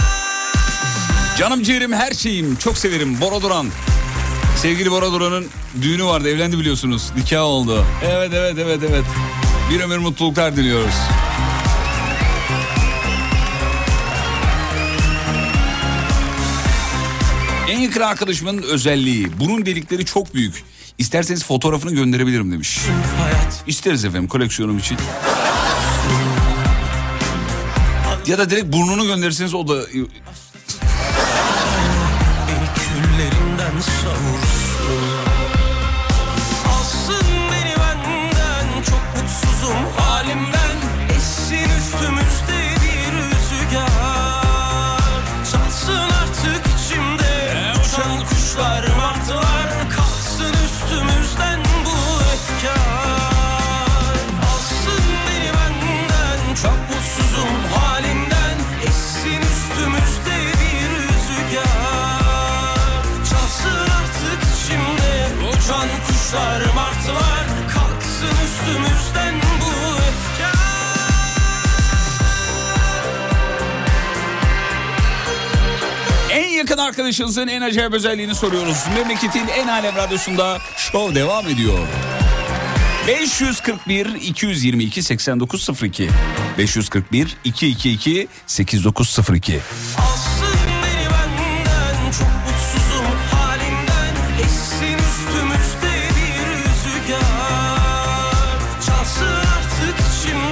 Canım ciğerim, her şeyim, çok severim Bora Duran. Sevgili Bora Duran'ın düğünü vardı, evlendi biliyorsunuz, nikah oldu. Evet. Bir ömür mutluluklar diliyoruz. En yakın arkadaşımın özelliği, burun delikleri çok büyük. İsterseniz fotoğrafını gönderebilirim demiş. İsteriz efendim, koleksiyonum için. Ya da direkt burnunu gönderirseniz o da... Küllerinden savursun. Alsın beni benden, çok mutsuzum halimden. Essin üstümüzde bir rüzgar. Çalsın artık içimde uçan kuşlar, martılar. Kalksın üstümüzden bu efkar. Alsın beni benden, çok mutsuzum halimden. Essin üstümüzde bir rüzgar. Uçan kuşlar, martılar. Kalksın üstümüzden bu efkar. En yakın arkadaşınızın en acayip özelliğini soruyoruz. Memleketin en alem radyosunda şov devam ediyor. 541 222 8902 541 222 8902. Alsın beni benden, çok mutsuzum halimden. Essin üstümüzde bir rüzgar. Çalsın artık içimde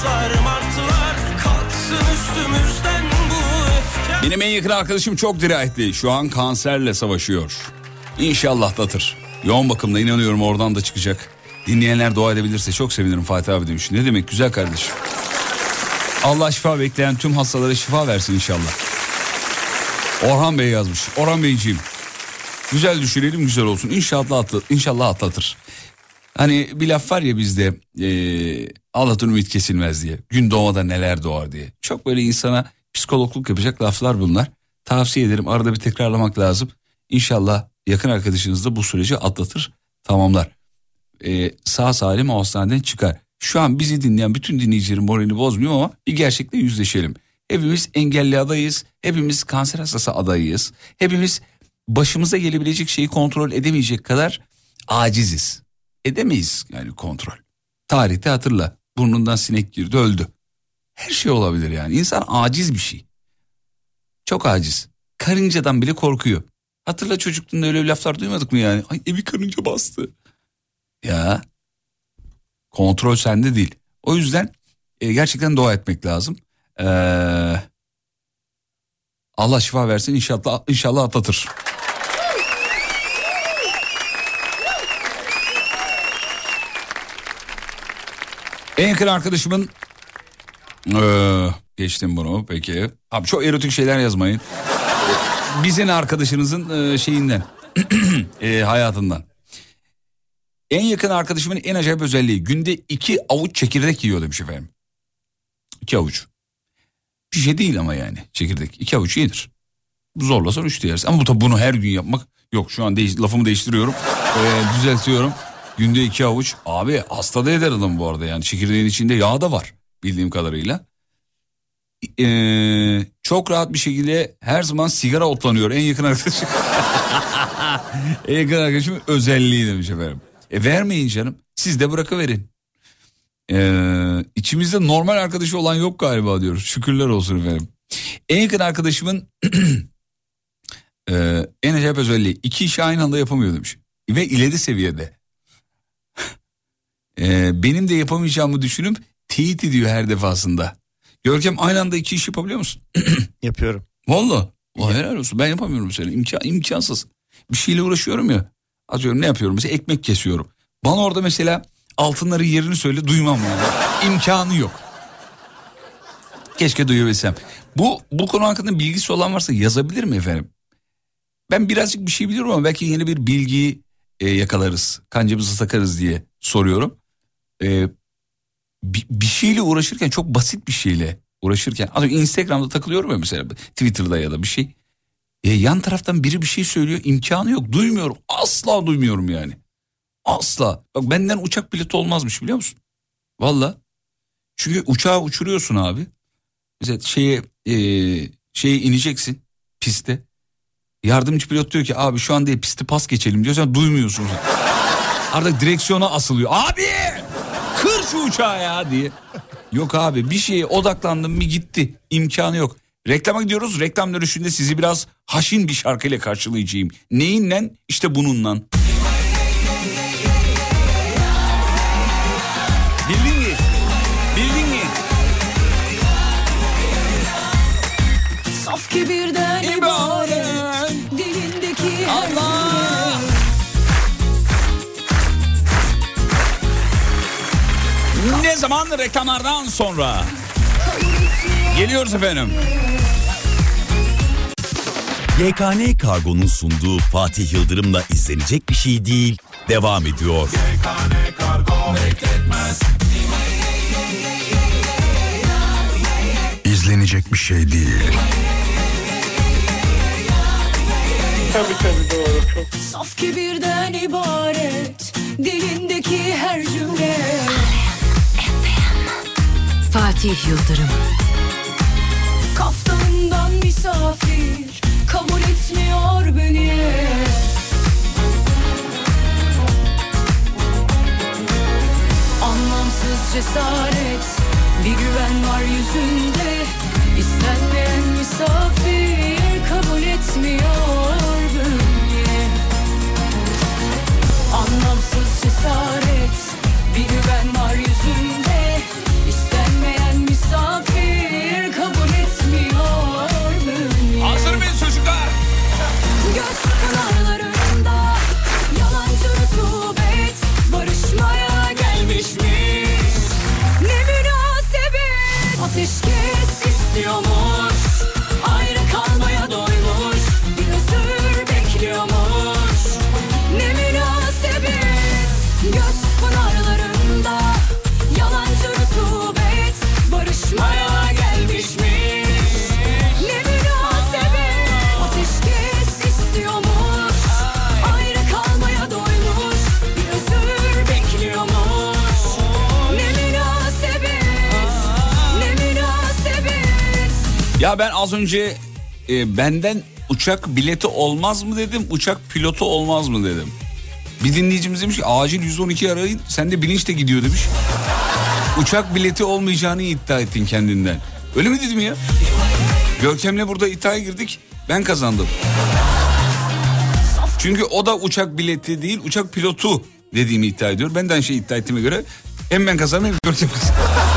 virüsler, martılar kalksın üstümüzden bu öfke. Benim en yakın arkadaşım çok dirayetli. Şu an kanserle savaşıyor. İnşallah atlatır. Yoğun bakımda, inanıyorum oradan da çıkacak. Dinleyenler dua edebilirse çok sevinirim Fatih abi demiş. Ne demek güzel kardeşim. Allah şifa bekleyen tüm hastalara şifa versin inşallah. Orhan Bey yazmış. Orhan Beyciğim, güzel düşünelim, güzel olsun. İnşallah atlatır. Hani bir laf var ya bizde, Allah'tan ümit kesilmez diye. Gün doğmadan neler doğar diye. Çok böyle insana psikologluk yapacak laflar bunlar. Tavsiye ederim, arada bir tekrarlamak lazım. İnşallah yakın arkadaşınız da bu süreci atlatır, tamamlar. Sağ salim o hastaneden çıkar. Şu an bizi dinleyen bütün dinleyicilerin moralini bozmuyor ama bir gerçekle yüzleşelim. Hepimiz engelli adayız. Hepimiz kanser hastası adayıyız. Hepimiz başımıza gelebilecek şeyi kontrol edemeyecek kadar aciziz. Edemeyiz yani kontrol. Tarihte hatırla, burnundan sinek girdi, öldü. Her şey olabilir yani. İnsan aciz bir şey. Çok aciz. Karıncadan bile korkuyor. Hatırla, çocukluğunda öyle laflar duymadık mı yani? Ay evi karınca bastı. Ya kontrol sende değil. O yüzden gerçekten dua etmek lazım. Allah şifa versin, inşallah atlatır. En yakın arkadaşımın geçtim bunu peki. Abi çok erotik şeyler yazmayın. Bizim arkadaşınızın şeyinden hayatından. En yakın arkadaşımın en acayip özelliği, günde 2 avuç çekirdek yiyor demiş efendim. 2 avuç. Bir şey değil ama yani çekirdek. 2 avuç yenir. Zorlasan 3 de yersin. Ama bunu her gün yapmak yok. Şu an lafımı değiştiriyorum. Düzeltiyorum. Günde 2 avuç. Abi hasta da eder adam bu arada yani. Çekirdeğin içinde yağ da var bildiğim kadarıyla. Çok rahat bir şekilde her zaman sigara otlanıyor en yakın arkadaşım. En yakın arkadaşımın özelliği demiş efendim. Vermeyin canım. Siz de bırakıverin. İçimizde normal arkadaşı olan yok galiba diyoruz. Şükürler olsun efendim. En yakın arkadaşımın en acayip özelliği, 2 işi aynı anda yapamıyor demiş. Ve ileri seviyede. Benim de yapamayacağımı düşünüp teyit ediyor her defasında. Görkem, aynı anda 2 iş yapabiliyor musun? Yapıyorum. Vallahi. Helal olsun. Ben yapamıyorum mesela. İmkansız. Bir şeyle uğraşıyorum ya. Atıyorum ne yapıyorum? Mesela ekmek kesiyorum. Bana orada mesela altınların yerini söyle, duymam yani. İmkanı yok. Keşke duyabilsem. Bu konu hakkında bilgisi olan varsa yazabilir mi efendim? Ben birazcık bir şey biliyorum ama belki yeni bir bilgiyi yakalarız. Kancamızı takarız diye soruyorum. Bir şeyle uğraşırken, çok basit bir şeyle uğraşırken, Instagram'da takılıyorum ya mesela, Twitter'da ya da bir şey. Yan taraftan biri bir şey söylüyor, imkanı yok, duymuyorum, asla duymuyorum yani. Asla. Bak, benden uçak bileti olmazmış biliyor musun? Valla. Çünkü uçağı uçuruyorsun abi. Mesela şeye ineceksin piste. Yardımcı pilot diyor ki abi şu an değil, pisti pas geçelim diyor, sen duymuyorsun. Artık direksiyona asılıyor. Abi kır şu uçağı ya diye. Yok abi, bir şeye odaklandım mı gitti. İmkanı yok. Reklama gidiyoruz. Reklam dönüşünde sizi biraz haşin bir şarkıyla karşılayacağım. Neyinle? İşte bununla. Bildin mi? Bildin mi? Saf kibirden ibaret dilindeki Allah. Ne zaman? Reklamlardan sonra. Geliyoruz efendim. YKN Kargo'nun sunduğu Fatih Yıldırım'la izlenecek bir şey değil, devam ediyor. YKN Kargo bekletmez. İzlenecek bir şey değil. Tabii doğru. Çok. Saf kibirden ibaret dilindeki her cümle. Fatih Yıldırım. Kaftanından misafir kabul etmiyor beni. Anlamsız cesaret, bir güven var yüzünde. İstenmeyen misafir kabul etmiyor beni. Anlamsız cesaret, bir güven var yüzünde. İstenmeyen Ya ben az önce benden uçak bileti olmaz mı dedim, uçak pilotu olmaz mı dedim. Bir dinleyicimiz demiş ki acil 112 arayın, sen de bilinçle gidiyor demiş. Uçak bileti olmayacağını iddia ettin kendinden. Öyle mi dedim ya? Görkem'le burada iddiaya girdik, ben kazandım. Çünkü o da uçak bileti değil, uçak pilotu dediğimi iddia ediyor. Benden iddia ettiğime göre hem ben kazandım hem Görkem kazandım.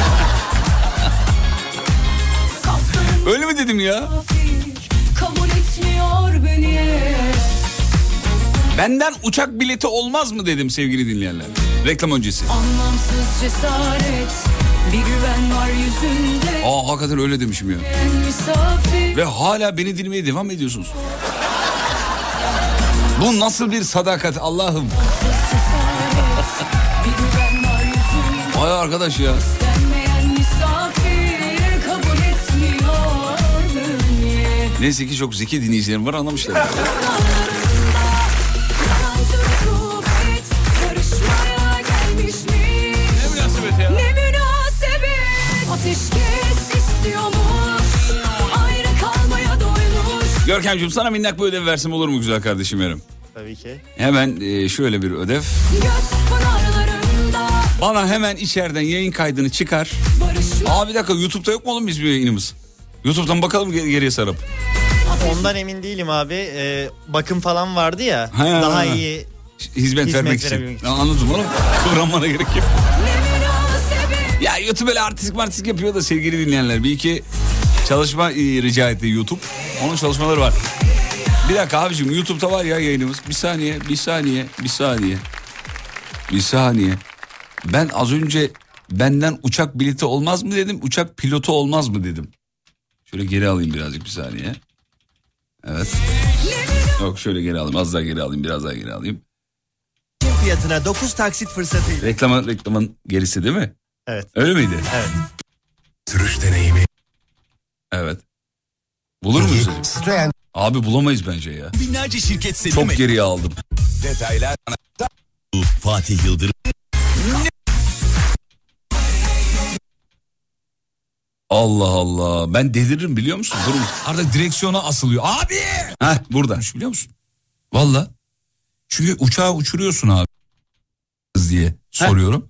Öyle mi dedim ya? Kabul etmiyor beni. Benden uçak bileti olmaz mı dedim sevgili dinleyenler. Reklam öncesi. Anlamsız cesaret, bir güven var yüzünde. Hakikaten öyle demişim ya. Ve hala beni dinlemeye devam ediyorsunuz. Bu nasıl bir sadakat Allah'ım. Vay arkadaş ya. Neyse ki çok zeki dinleyicilerim var, anlamışlar. Ne münasebet ya? Ne münasebet. Ateşkes istiyormuş, ayrı kalmaya doymuş. Görkemciğim sana minnak bir ödev versem olur mu güzel kardeşim benim? Tabii ki. Hemen şöyle bir ödev. Bana hemen içeriden yayın kaydını çıkar. Abi bir dakika, YouTube'da yok mu oğlum biz bir yayınımız? YouTube'dan bakalım geriye sarıp. Ondan emin değilim abi. Bakım falan vardı ya. Ha. Daha iyi hizmet vermek için. Anladım oğlum. Kıvranmana gerek yok. Ya YouTube böyle artistik yapıyor da sevgili dinleyenler. Bir iki çalışma rica etti YouTube. Onun çalışmaları var. Bir dakika abicim, YouTube'da var ya yayınımız. Bir saniye. Ben az önce benden uçak bileti olmaz mı dedim, uçak pilotu olmaz mı dedim. Şöyle geri alayım birazcık, bir saniye. Evet. Yok şöyle geri alayım, az daha geri alayım, biraz daha geri alayım. Fiyatına 9 taksit fırsatıyla. Reklamın gerisi değil mi? Evet. Öyle miydi? Evet. Sürüş deneyimi. Evet. Bulur muyuz? Abi bulamayız bence ya. Binlerce şirket çok geriye aldım. Detaylar Fatih Yıldırım. Allah Allah, ben deliririm biliyor musun? Durun. Artık direksiyona asılıyor. Abi! Heh, burada. Biliyor musun? Valla. Çünkü uçağı uçuruyorsun abi diye soruyorum.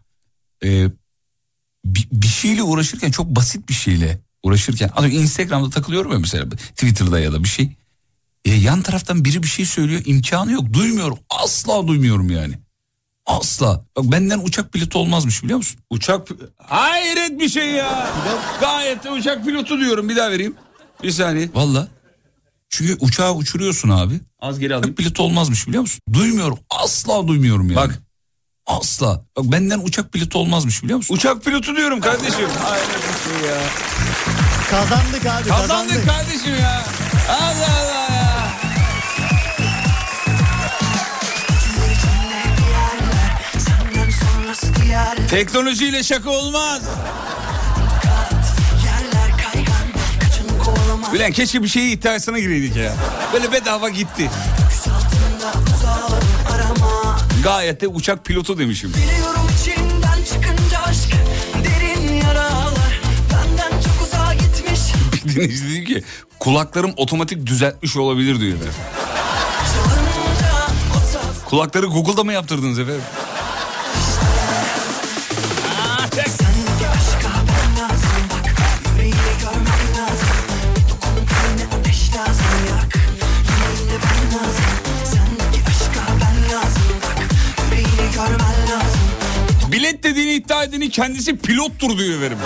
Bir şeyle uğraşırken, çok basit bir şeyle uğraşırken, Instagram'da takılıyorum ya mesela, Twitter'da ya da bir şey. Yan taraftan biri bir şey söylüyor, imkanı yok, duymuyorum, asla duymuyorum yani. Asla. Bak benden uçak pilotu olmazmış biliyor musun? Hayret bir şey ya. Gayet de uçak pilotu diyorum, bir daha vereyim. Bir saniye. Valla. Çünkü uçağı uçuruyorsun abi. Az geri alayım. Uçak pilotu olmazmış biliyor musun? Duymuyorum, asla duymuyorum yani. Bak. Asla. Bak benden uçak pilotu olmazmış biliyor musun? Uçak pilotu diyorum kardeşim. Hayret bir şey ya. Kazandık abi. Kazandık kardeşim ya. Allah Allah ya. Teknolojiyle şaka olmaz. Ulan keşke bir şeyi iddiasına gireydik ya. Böyle bedava gitti. Gayet de uçak pilotu demişim. Biliyorum içinden çıkınca aşk, derin yaralar benden çok uzağa gitmiş. Bir dinleyici dedi ki kulaklarım otomatik düzeltmiş olabilir diyor. Kulakları Google'da mı yaptırdınız efendim? Bilet dediğini iddia edeni kendisi pilottur diyor efendim.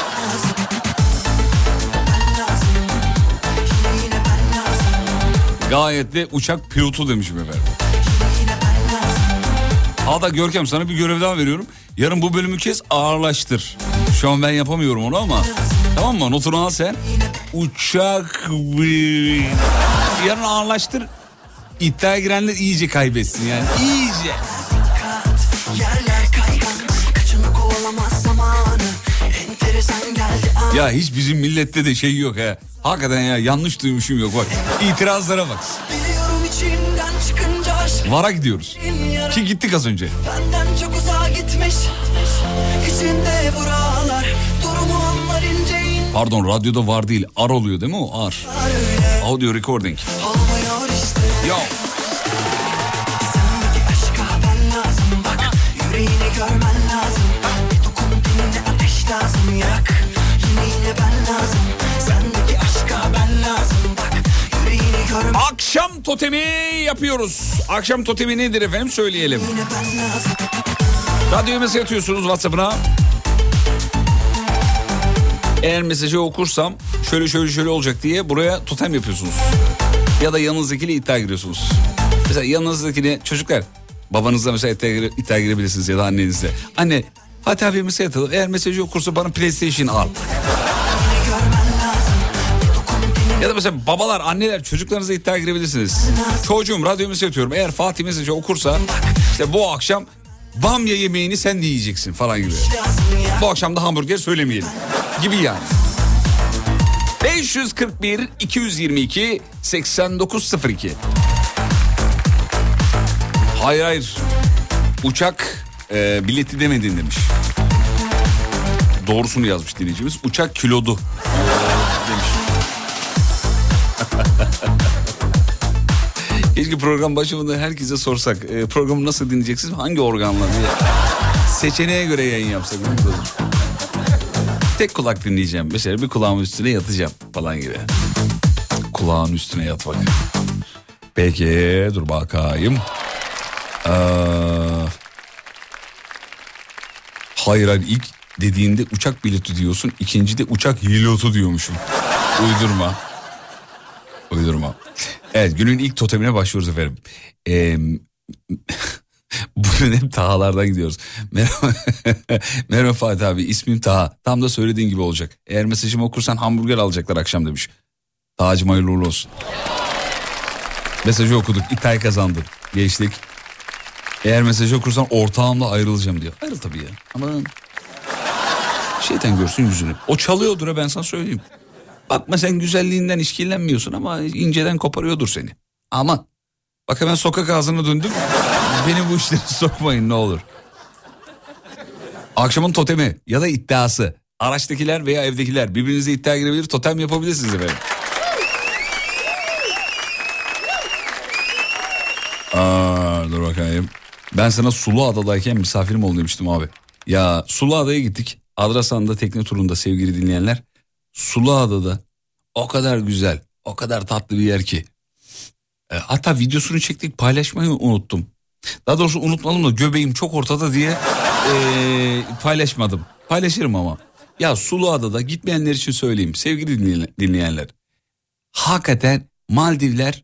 Gayet de uçak pilotu demişim efendim. Hatta Görkem sana bir görev daha veriyorum. Yarın bu bölümü kes, ağırlaştır. Şu an ben yapamıyorum onu ama. Tamam mı? Notunu al sen. Uçak... Yarın ağırlaştır. İddiaya girenler iyice kaybetsin yani. İyice. Ya hiç bizim millette de şey yok ha. Hakikaten ya, yanlış duymuşum yok bak. İtirazlara bak. Vara gidiyoruz. Ki gittik az önce. Benden çok uzağa gitmiş. İçinde buralar, durumu anlar ince ince. Pardon, radyoda var değil, ar oluyor değil mi o? Ar. Audio recording. Yo. Sendeki aşka ben lazım bak. Yüreğini görmen lazım. Bir dokun tenine ateş lazım yak. Yine ben lazım. Sendeki aşka ben lazım bak. Yüreğini görmen. Akşam totemi yapıyoruz. Akşam totemi nedir efendim, söyleyelim. Radyoya mesaj atıyorsunuz WhatsApp'ına. Eğer mesajı okursam şöyle olacak diye buraya totem yapıyorsunuz. Ya da yanınızdakiyle iddia giriyorsunuz. Mesela yanınızdakine, çocuklar, babanızla mesela iddia girebilirsiniz ya da annenizle. Anne, Fatih abi mesaj atalım. Eğer mesajı okursa bana PlayStation al. Ya da mesela babalar, anneler, çocuklarınıza iddia girebilirsiniz. Çocuğum, radyo mesaj atıyorum. Eğer Fatih mesajı okursa işte bu akşam bamya yemeğini sen de yiyeceksin falan gibi. Bu akşam da hamburger söylemeyelim gibi yani. 541 222 8902. Hayır. Uçak bileti demedin demiş. Doğrusunu yazmış dinleyicimiz. Uçak kilodu demiş. Keşke program başında herkese sorsak. Programı nasıl dinleyeceksiniz? Hangi organla diye. Seçeneğe göre yayın yapsak. Tek kulak dinleyeceğim. Mesela bir kulağımın üstüne yatacağım falan gibi. Kulağın üstüne yatmak. Peki dur bakayım. Hayır ilk dediğinde uçak bileti diyorsun. İkincide uçak yilotu diyormuşum. Uydurma. Evet, günün ilk totemine başlıyoruz efendim. Bugün hep Taha'lardan gidiyoruz. Merhaba Fatih abi, ismim Taha. Tam da söylediğin gibi olacak. Eğer mesajımı okursan hamburger alacaklar akşam demiş. Taha'cığım hayırlı uğurlu olsun. Mesajı okuduk, İtay kazandın. Geçtik. Eğer mesajı okursan ortağımla ayrılacağım diyor. Ayrıl tabii ya. Aman. Şeytan görsün yüzünü. O çalıyordur ha, ben sana söyleyeyim. Bakma sen güzelliğinden işkillenmiyorsun ama inceden koparıyordur seni. Aman. Bak hemen sokak ağzına döndüm. Beni bu işlere sokmayın ne olur. Akşamın totemi ya da iddiası. Araçtakiler veya evdekiler birbirinize iddia girebilir, totem yapabilirsiniz efendim. Dur bakayım. Ben sana Suluada'dayken misafirim ol demiştim abi. Ya Suluada'ya gittik. Adrasan'da tekne turunda sevgili dinleyenler. Suluada'da o kadar güzel, o kadar tatlı bir yer ki. Hatta videosunu çektik, paylaşmayı unuttum. Daha doğrusu unutmadım da göbeğim çok ortada diye paylaşmadım. Paylaşırım ama. Ya Suluada'da gitmeyenler için söyleyeyim sevgili dinleyenler. Hakikaten Maldivler'den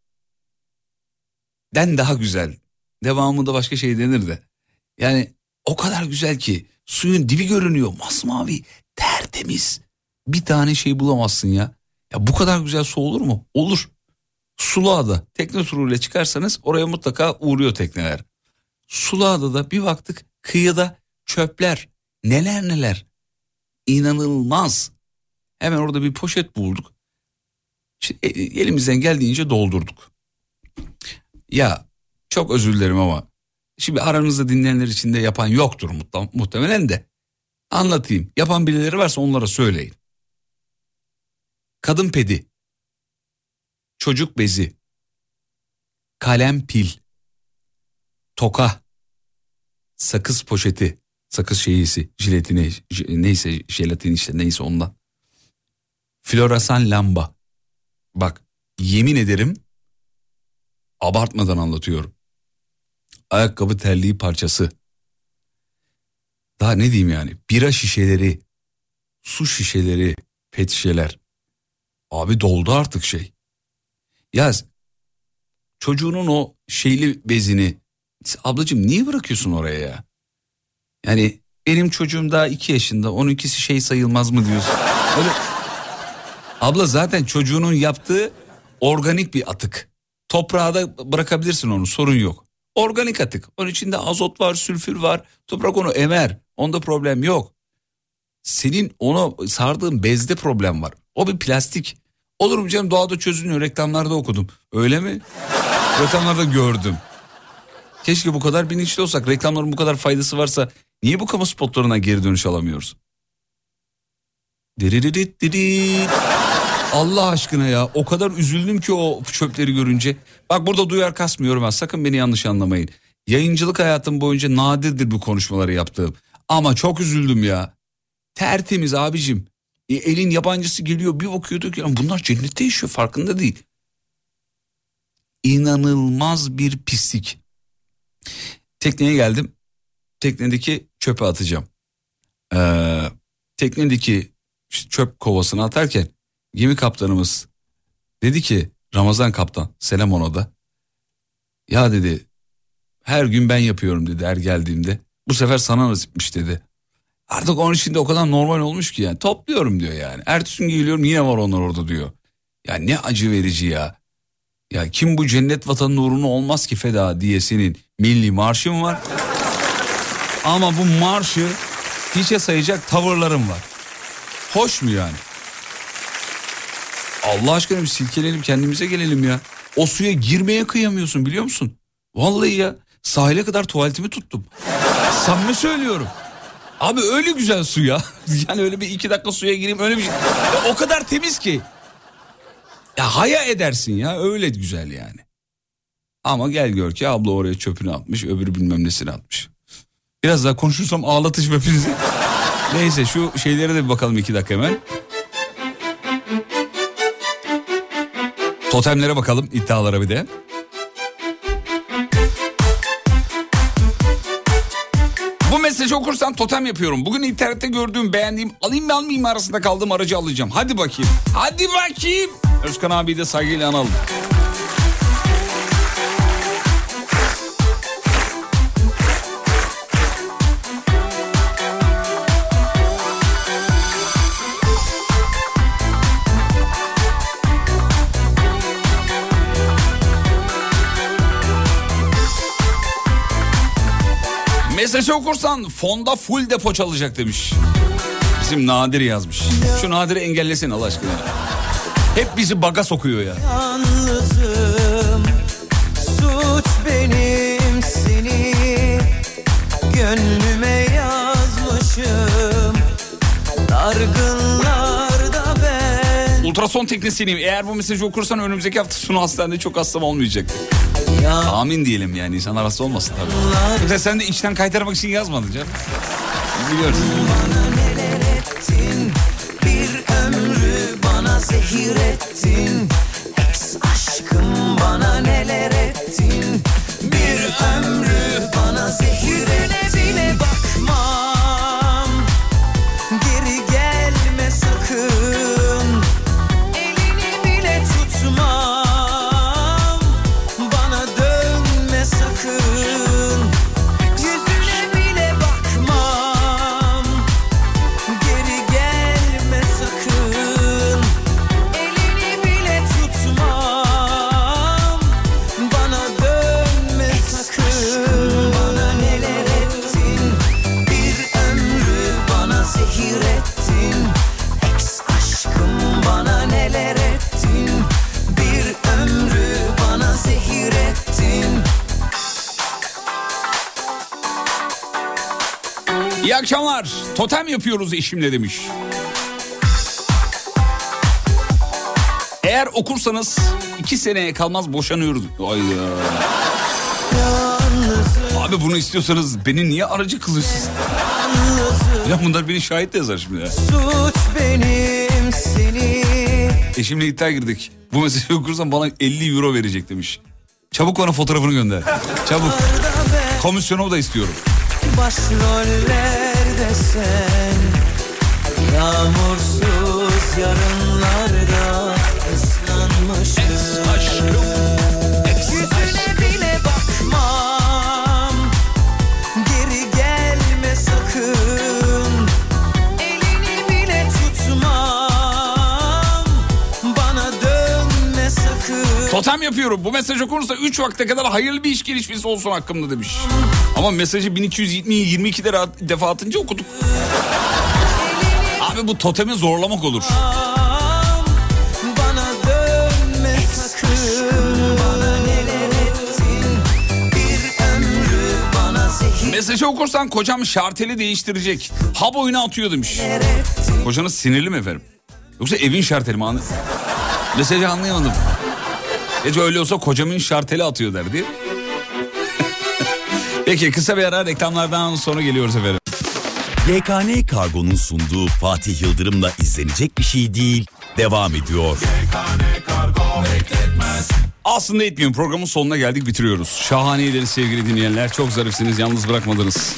daha güzel. Devamında başka şey denir de. Yani o kadar güzel ki suyun dibi görünüyor, masmavi, tertemiz. Bir tane şey bulamazsın ya. Ya bu kadar güzel su olur mu? Olur. Suluada tekne turuyla çıkarsanız oraya mutlaka uğruyor tekneler. Suluada'da bir baktık kıyıda çöpler, neler. İnanılmaz. Hemen orada bir poşet bulduk. Elimizden geldiğince doldurduk. Ya çok özür dilerim ama şimdi aranızda dinleyenler içinde yapan yoktur muhtemelen de. Anlatayım. Yapan birileri varsa onlara söyleyin. Kadın pedi, çocuk bezi, kalem pil, toka, sakız poşeti, sakız şeyisi, jiletini, neyse jelatin işte neyse ondan. Floresan lamba. Bak yemin ederim abartmadan anlatıyorum. Ayakkabı terliği parçası. Daha ne diyeyim yani, bira şişeleri, su şişeleri, pet şişeler. Abi doldu artık şey. Ya çocuğunun o şeyli bezini ablacığım niye bırakıyorsun oraya ya? Yani benim çocuğum daha 2 yaşında, onunkisi şey sayılmaz mı diyorsun? Öyle. Abla zaten çocuğunun yaptığı organik bir atık. Toprağa da bırakabilirsin onu, sorun yok. Organik atık. Onun içinde azot var, sülfür var. Toprak onu emer. Onda problem yok. Senin ona sardığın bezde problem var. O bir plastik. Olur mu canım, doğada çözünüyor, reklamlarda okudum. Öyle mi? Reklamlarda gördüm. Keşke bu kadar bilinçli olsak. Reklamların bu kadar faydası varsa niye bu kamu spotlarına geri dönüş alamıyoruz? Allah aşkına ya, o kadar üzüldüm ki o çöpleri görünce. Bak burada duyar kasmıyorum ben, sakın beni yanlış anlamayın. Yayıncılık hayatım boyunca nadirdir bu konuşmaları yaptığım. Ama çok üzüldüm ya. Tertemiz abicim. Elin yabancısı geliyor, bir bakıyorduk ya, bunlar cennette yaşıyor, farkında değil. İnanılmaz bir pislik. Tekneye geldim. Teknedeki çöpe atacağım. Teknedeki çöp kovasını atarken gemi kaptanımız dedi ki, Ramazan kaptan, selam ona da. Ya dedi, her gün ben yapıyorum dedi her geldiğimde. Bu sefer sana nasipmiş dedi. Artık onun için de o kadar normal olmuş ki yani. Topluyorum diyor yani. Ertesi gün geliyorum, yine var onlar orada diyor. Ya ne acı verici ya. Ya kim bu cennet vatanın uğruna olmaz ki feda diye senin milli marşın var. Ama bu marşı hiçe sayacak tavırlarım var. Hoş mu yani? Allah aşkına bir silkelenelim, kendimize gelelim ya. O suya girmeye kıyamıyorsun, biliyor musun? Vallahi ya, sahile kadar tuvaletimi tuttum. Samimi söylüyorum. Abi öyle güzel su ya. Yani öyle bir 2 dakika suya gireyim, öyle bir şey. Ya o kadar temiz ki. Ya haya edersin ya, öyle güzel yani. Ama gel gör ki abla oraya çöpünü atmış, öbürü bilmem nesini atmış. Biraz daha konuşursam ağlatacağım hepinizi. Neyse, şu şeylere de bir bakalım 2 dakika hemen. Totemlere bakalım, iddialara bir de. Bu mesajı okursan totem yapıyorum. Bugün internette gördüğüm, beğendiğim, alayım mı almayayım arasında kaldığım aracı alacağım. Hadi bakayım. Hadi bakayım. Özkan abiyi de saygıyla analım. Mesajı okursan fonda full depo çalacak demiş. Bizim Nadir yazmış. Şu Nadir'i engellesin Allah aşkına. Hep bizi baga sokuyor ya. Yalnızım, suç benim, seni gönlüme yazmışım. Dargınlarda ben. Ultrason teknisyeniyim. Eğer bu mesajı okursan önümüzdeki hafta sonu hastanede çok hastam olmayacak. Amin diyelim yani, insanlar hasta olmasın tabii. Yoksa sen de içten kaytarmak için yazmadın canım. Biliyorsun. Bana neler ettin, bir ömrü bana zehir ettin. Ex aşkım bana neler ettin, bir ömrü bana zehir ettin. Bakmam, geri gelme sakın, elini bile tutmam. Yüzüne bile bakmam, geri gelme sakın, elini bile tutmam, bana dönme sakın. Bana neler ettin, bir ömrü bana zehir ettin. Ex aşkım bana neler ettin, bir ömrü bana zehir ettin. İyi akşamlar. Totem yapıyoruz eşimle demiş. Eğer okursanız 2 seneye kalmaz boşanıyoruz. Hayda. Abi bunu istiyorsanız beni niye aracı kılıyorsunuz? Ya bunlar beni şahit de yazar şimdi ya. Suç benim, seni. Eşimle iddia girdik. Bu mesajı okursan bana 50 euro verecek demiş. Çabuk bana fotoğrafını gönder. Çabuk. Komisyonumu da istiyorum. Başrollerde sen, yağmursuz yarınlarda ıslanmışım. Yüzüne bile bakmam, geri gelme sakın, elini bile tutmam, bana dönme sakın. Totem yapıyorum. Bu mesaj okunursa 3 vakte kadar hayırlı bir iş gelişmesi olsun hakkımda demiş. Ama mesajı 1222 defa atınca okuduk. Abi bu totemi zorlamak olur. Bana dönme sakın, bana neler ettin, bir ömrü bana zehir. Mesajı okursan kocam şarteli değiştirecek. Ha boyuna atıyor demiş. Kocanız sinirli mi efendim? Yoksa evin şarteli mi? Mesajı anlayamadım. Gece öyle olsa kocamın şarteli atıyor derdi. Peki kısa bir ara, reklamlardan sonra geliyoruz efendim. YKN Kargo'nun sunduğu Fatih Yıldırım'la izlenecek bir şey değil devam ediyor. YKN Kargo bekletmez. Aslında etmiyorum, programın sonuna geldik, bitiriyoruz. Şahaneydiniz sevgili dinleyenler, çok zarifsiniz, yalnız bırakmadınız.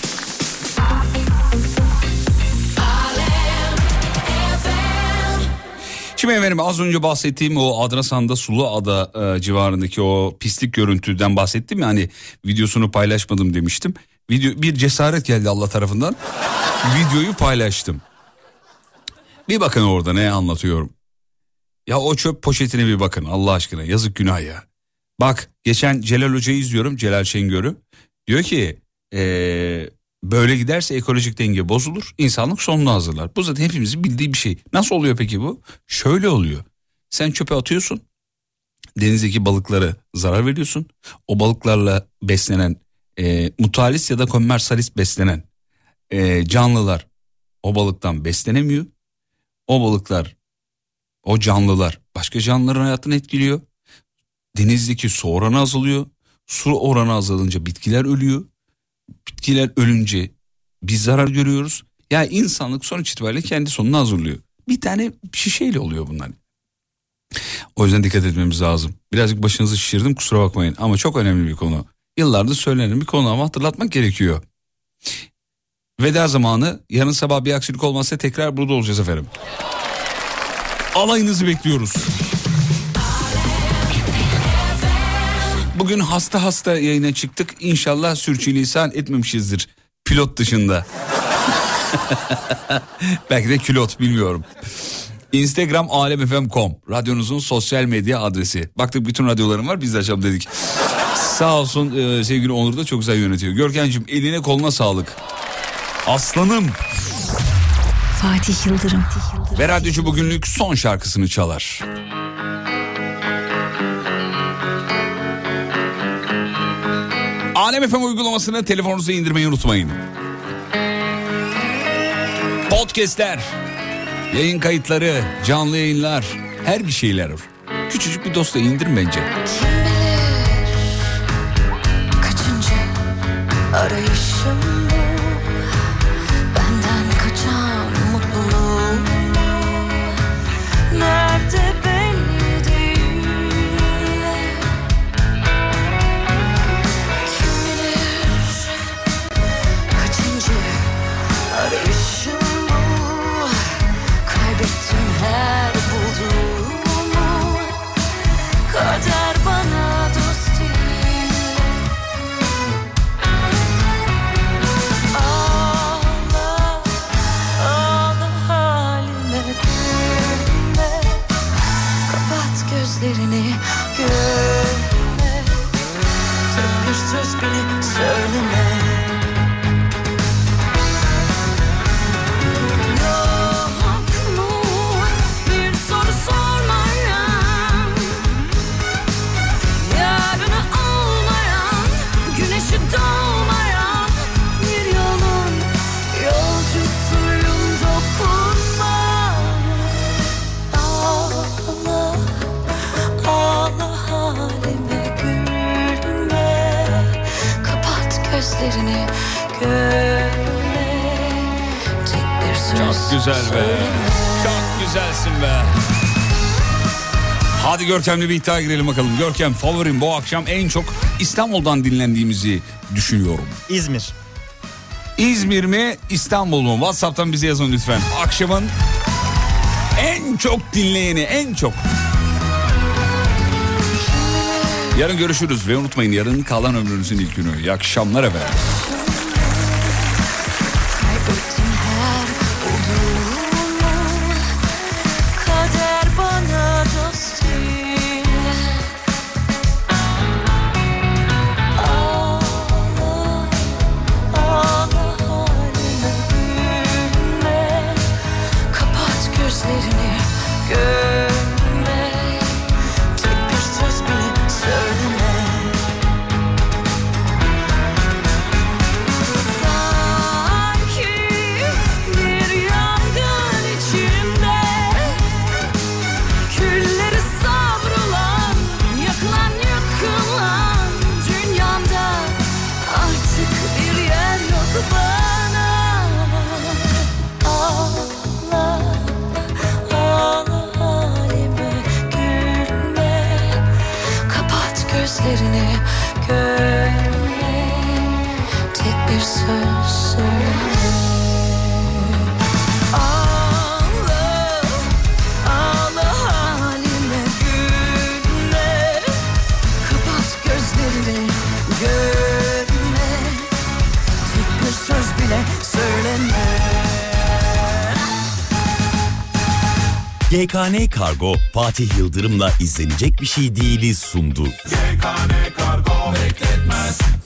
Şimdi efendim az önce bahsettiğim o Adrasan'da Suluada civarındaki o pislik görüntüden bahsettim ya, hani videosunu paylaşmadım demiştim. Bir cesaret geldi Allah tarafından. Videoyu paylaştım. Bir bakın orada ne anlatıyorum. Ya o çöp poşetine bir bakın Allah aşkına, yazık günah ya. Bak geçen Celal Hoca'yı izliyorum, Celal Şengör'ü. Diyor ki böyle giderse ekolojik denge bozulur, insanlık sonunu hazırlar. Bu zaten hepimizin bildiği bir şey. Nasıl oluyor peki bu? Şöyle oluyor. Sen çöpe atıyorsun. Denizdeki balıklara zarar veriyorsun. O balıklarla beslenen mutualist ya da kommersalist beslenen canlılar o balıktan beslenemiyor. O balıklar, o canlılar başka canlıların hayatını etkiliyor. Denizdeki su oranı azalıyor. Su oranı azalınca bitkiler ölüyor. Bitkiler ölünce biz zarar görüyoruz. Ya insanlık sonuç itibariyle kendi sonunu hazırlıyor. Bir tane şişeyle oluyor bunlar. O yüzden dikkat etmemiz lazım. Birazcık başınızı şişirdim, kusura bakmayın. Ama çok önemli bir konu. Yıllardır söylenen bir konu ama hatırlatmak gerekiyor. Veda zamanı. Yarın sabah bir aksilik olmazsa tekrar burada olacağız efendim. Alayınızı bekliyoruz. Bugün hasta yayına çıktık. İnşallah sürçülisan etmemişizdir. Pilot dışında. Belki de külot, bilmiyorum. Instagram alemfm.com. Radyonuzun sosyal medya adresi. Baktık bütün radyolarım var, biz de açalım dedik. Sağ olsun sevgili Onur da çok güzel yönetiyor. Görkemciğim eline koluna sağlık. Aslanım. Fatih Yıldırım. Ve radyocu bugünlük son şarkısını çalar. Alem FM uygulamasını telefonunuza indirmeyi unutmayın. Podcastler, yayın kayıtları, canlı yayınlar, her bir şeyler. Küçücük bir dosya indirin bence. Kim bilir kaçıncı arayışım bu, benden kaçan mutluluğum nerede belli değil. Kim bilir kaçıncı arayışım bu, kaybettim her bulduğumu, kader bana dost değil. Ağla, ağla halime gülme, kapat gözlerini görme, tek bir söz bile söyleme. Yok mu bir soru sormayan, yarını olmayan, güneşi doğmayan bir yolun yolcusuyum, dokunma. Ağla, ağla halime gülme, kapat gözlerini görme, tek bir söz Çok güzel be. söyleme. Çok güzelsin be. Hadi Görkem'le bir iddiaya girelim bakalım. Görkem, favorim bu akşam en çok İstanbul'dan dinlendiğimizi düşünüyorum. İzmir. İzmir mi, İstanbul mu? WhatsApp'tan bize yazın lütfen. Akşamın en çok dinleyeni, en çok. Yarın görüşürüz ve unutmayın, yarın kalan ömrünüzün ilk günü. İyi akşamlar efendim. Kaybettim her bulduğumu, kader bana dost değil. Ağla, ağla halime gülme, kapat gözlerini görme, tek bir söz bile söyleme. GKN Kargo Fatih Yıldırım'la izlenecek bir şey değil'i sundu. GKN Kargo bekletmez.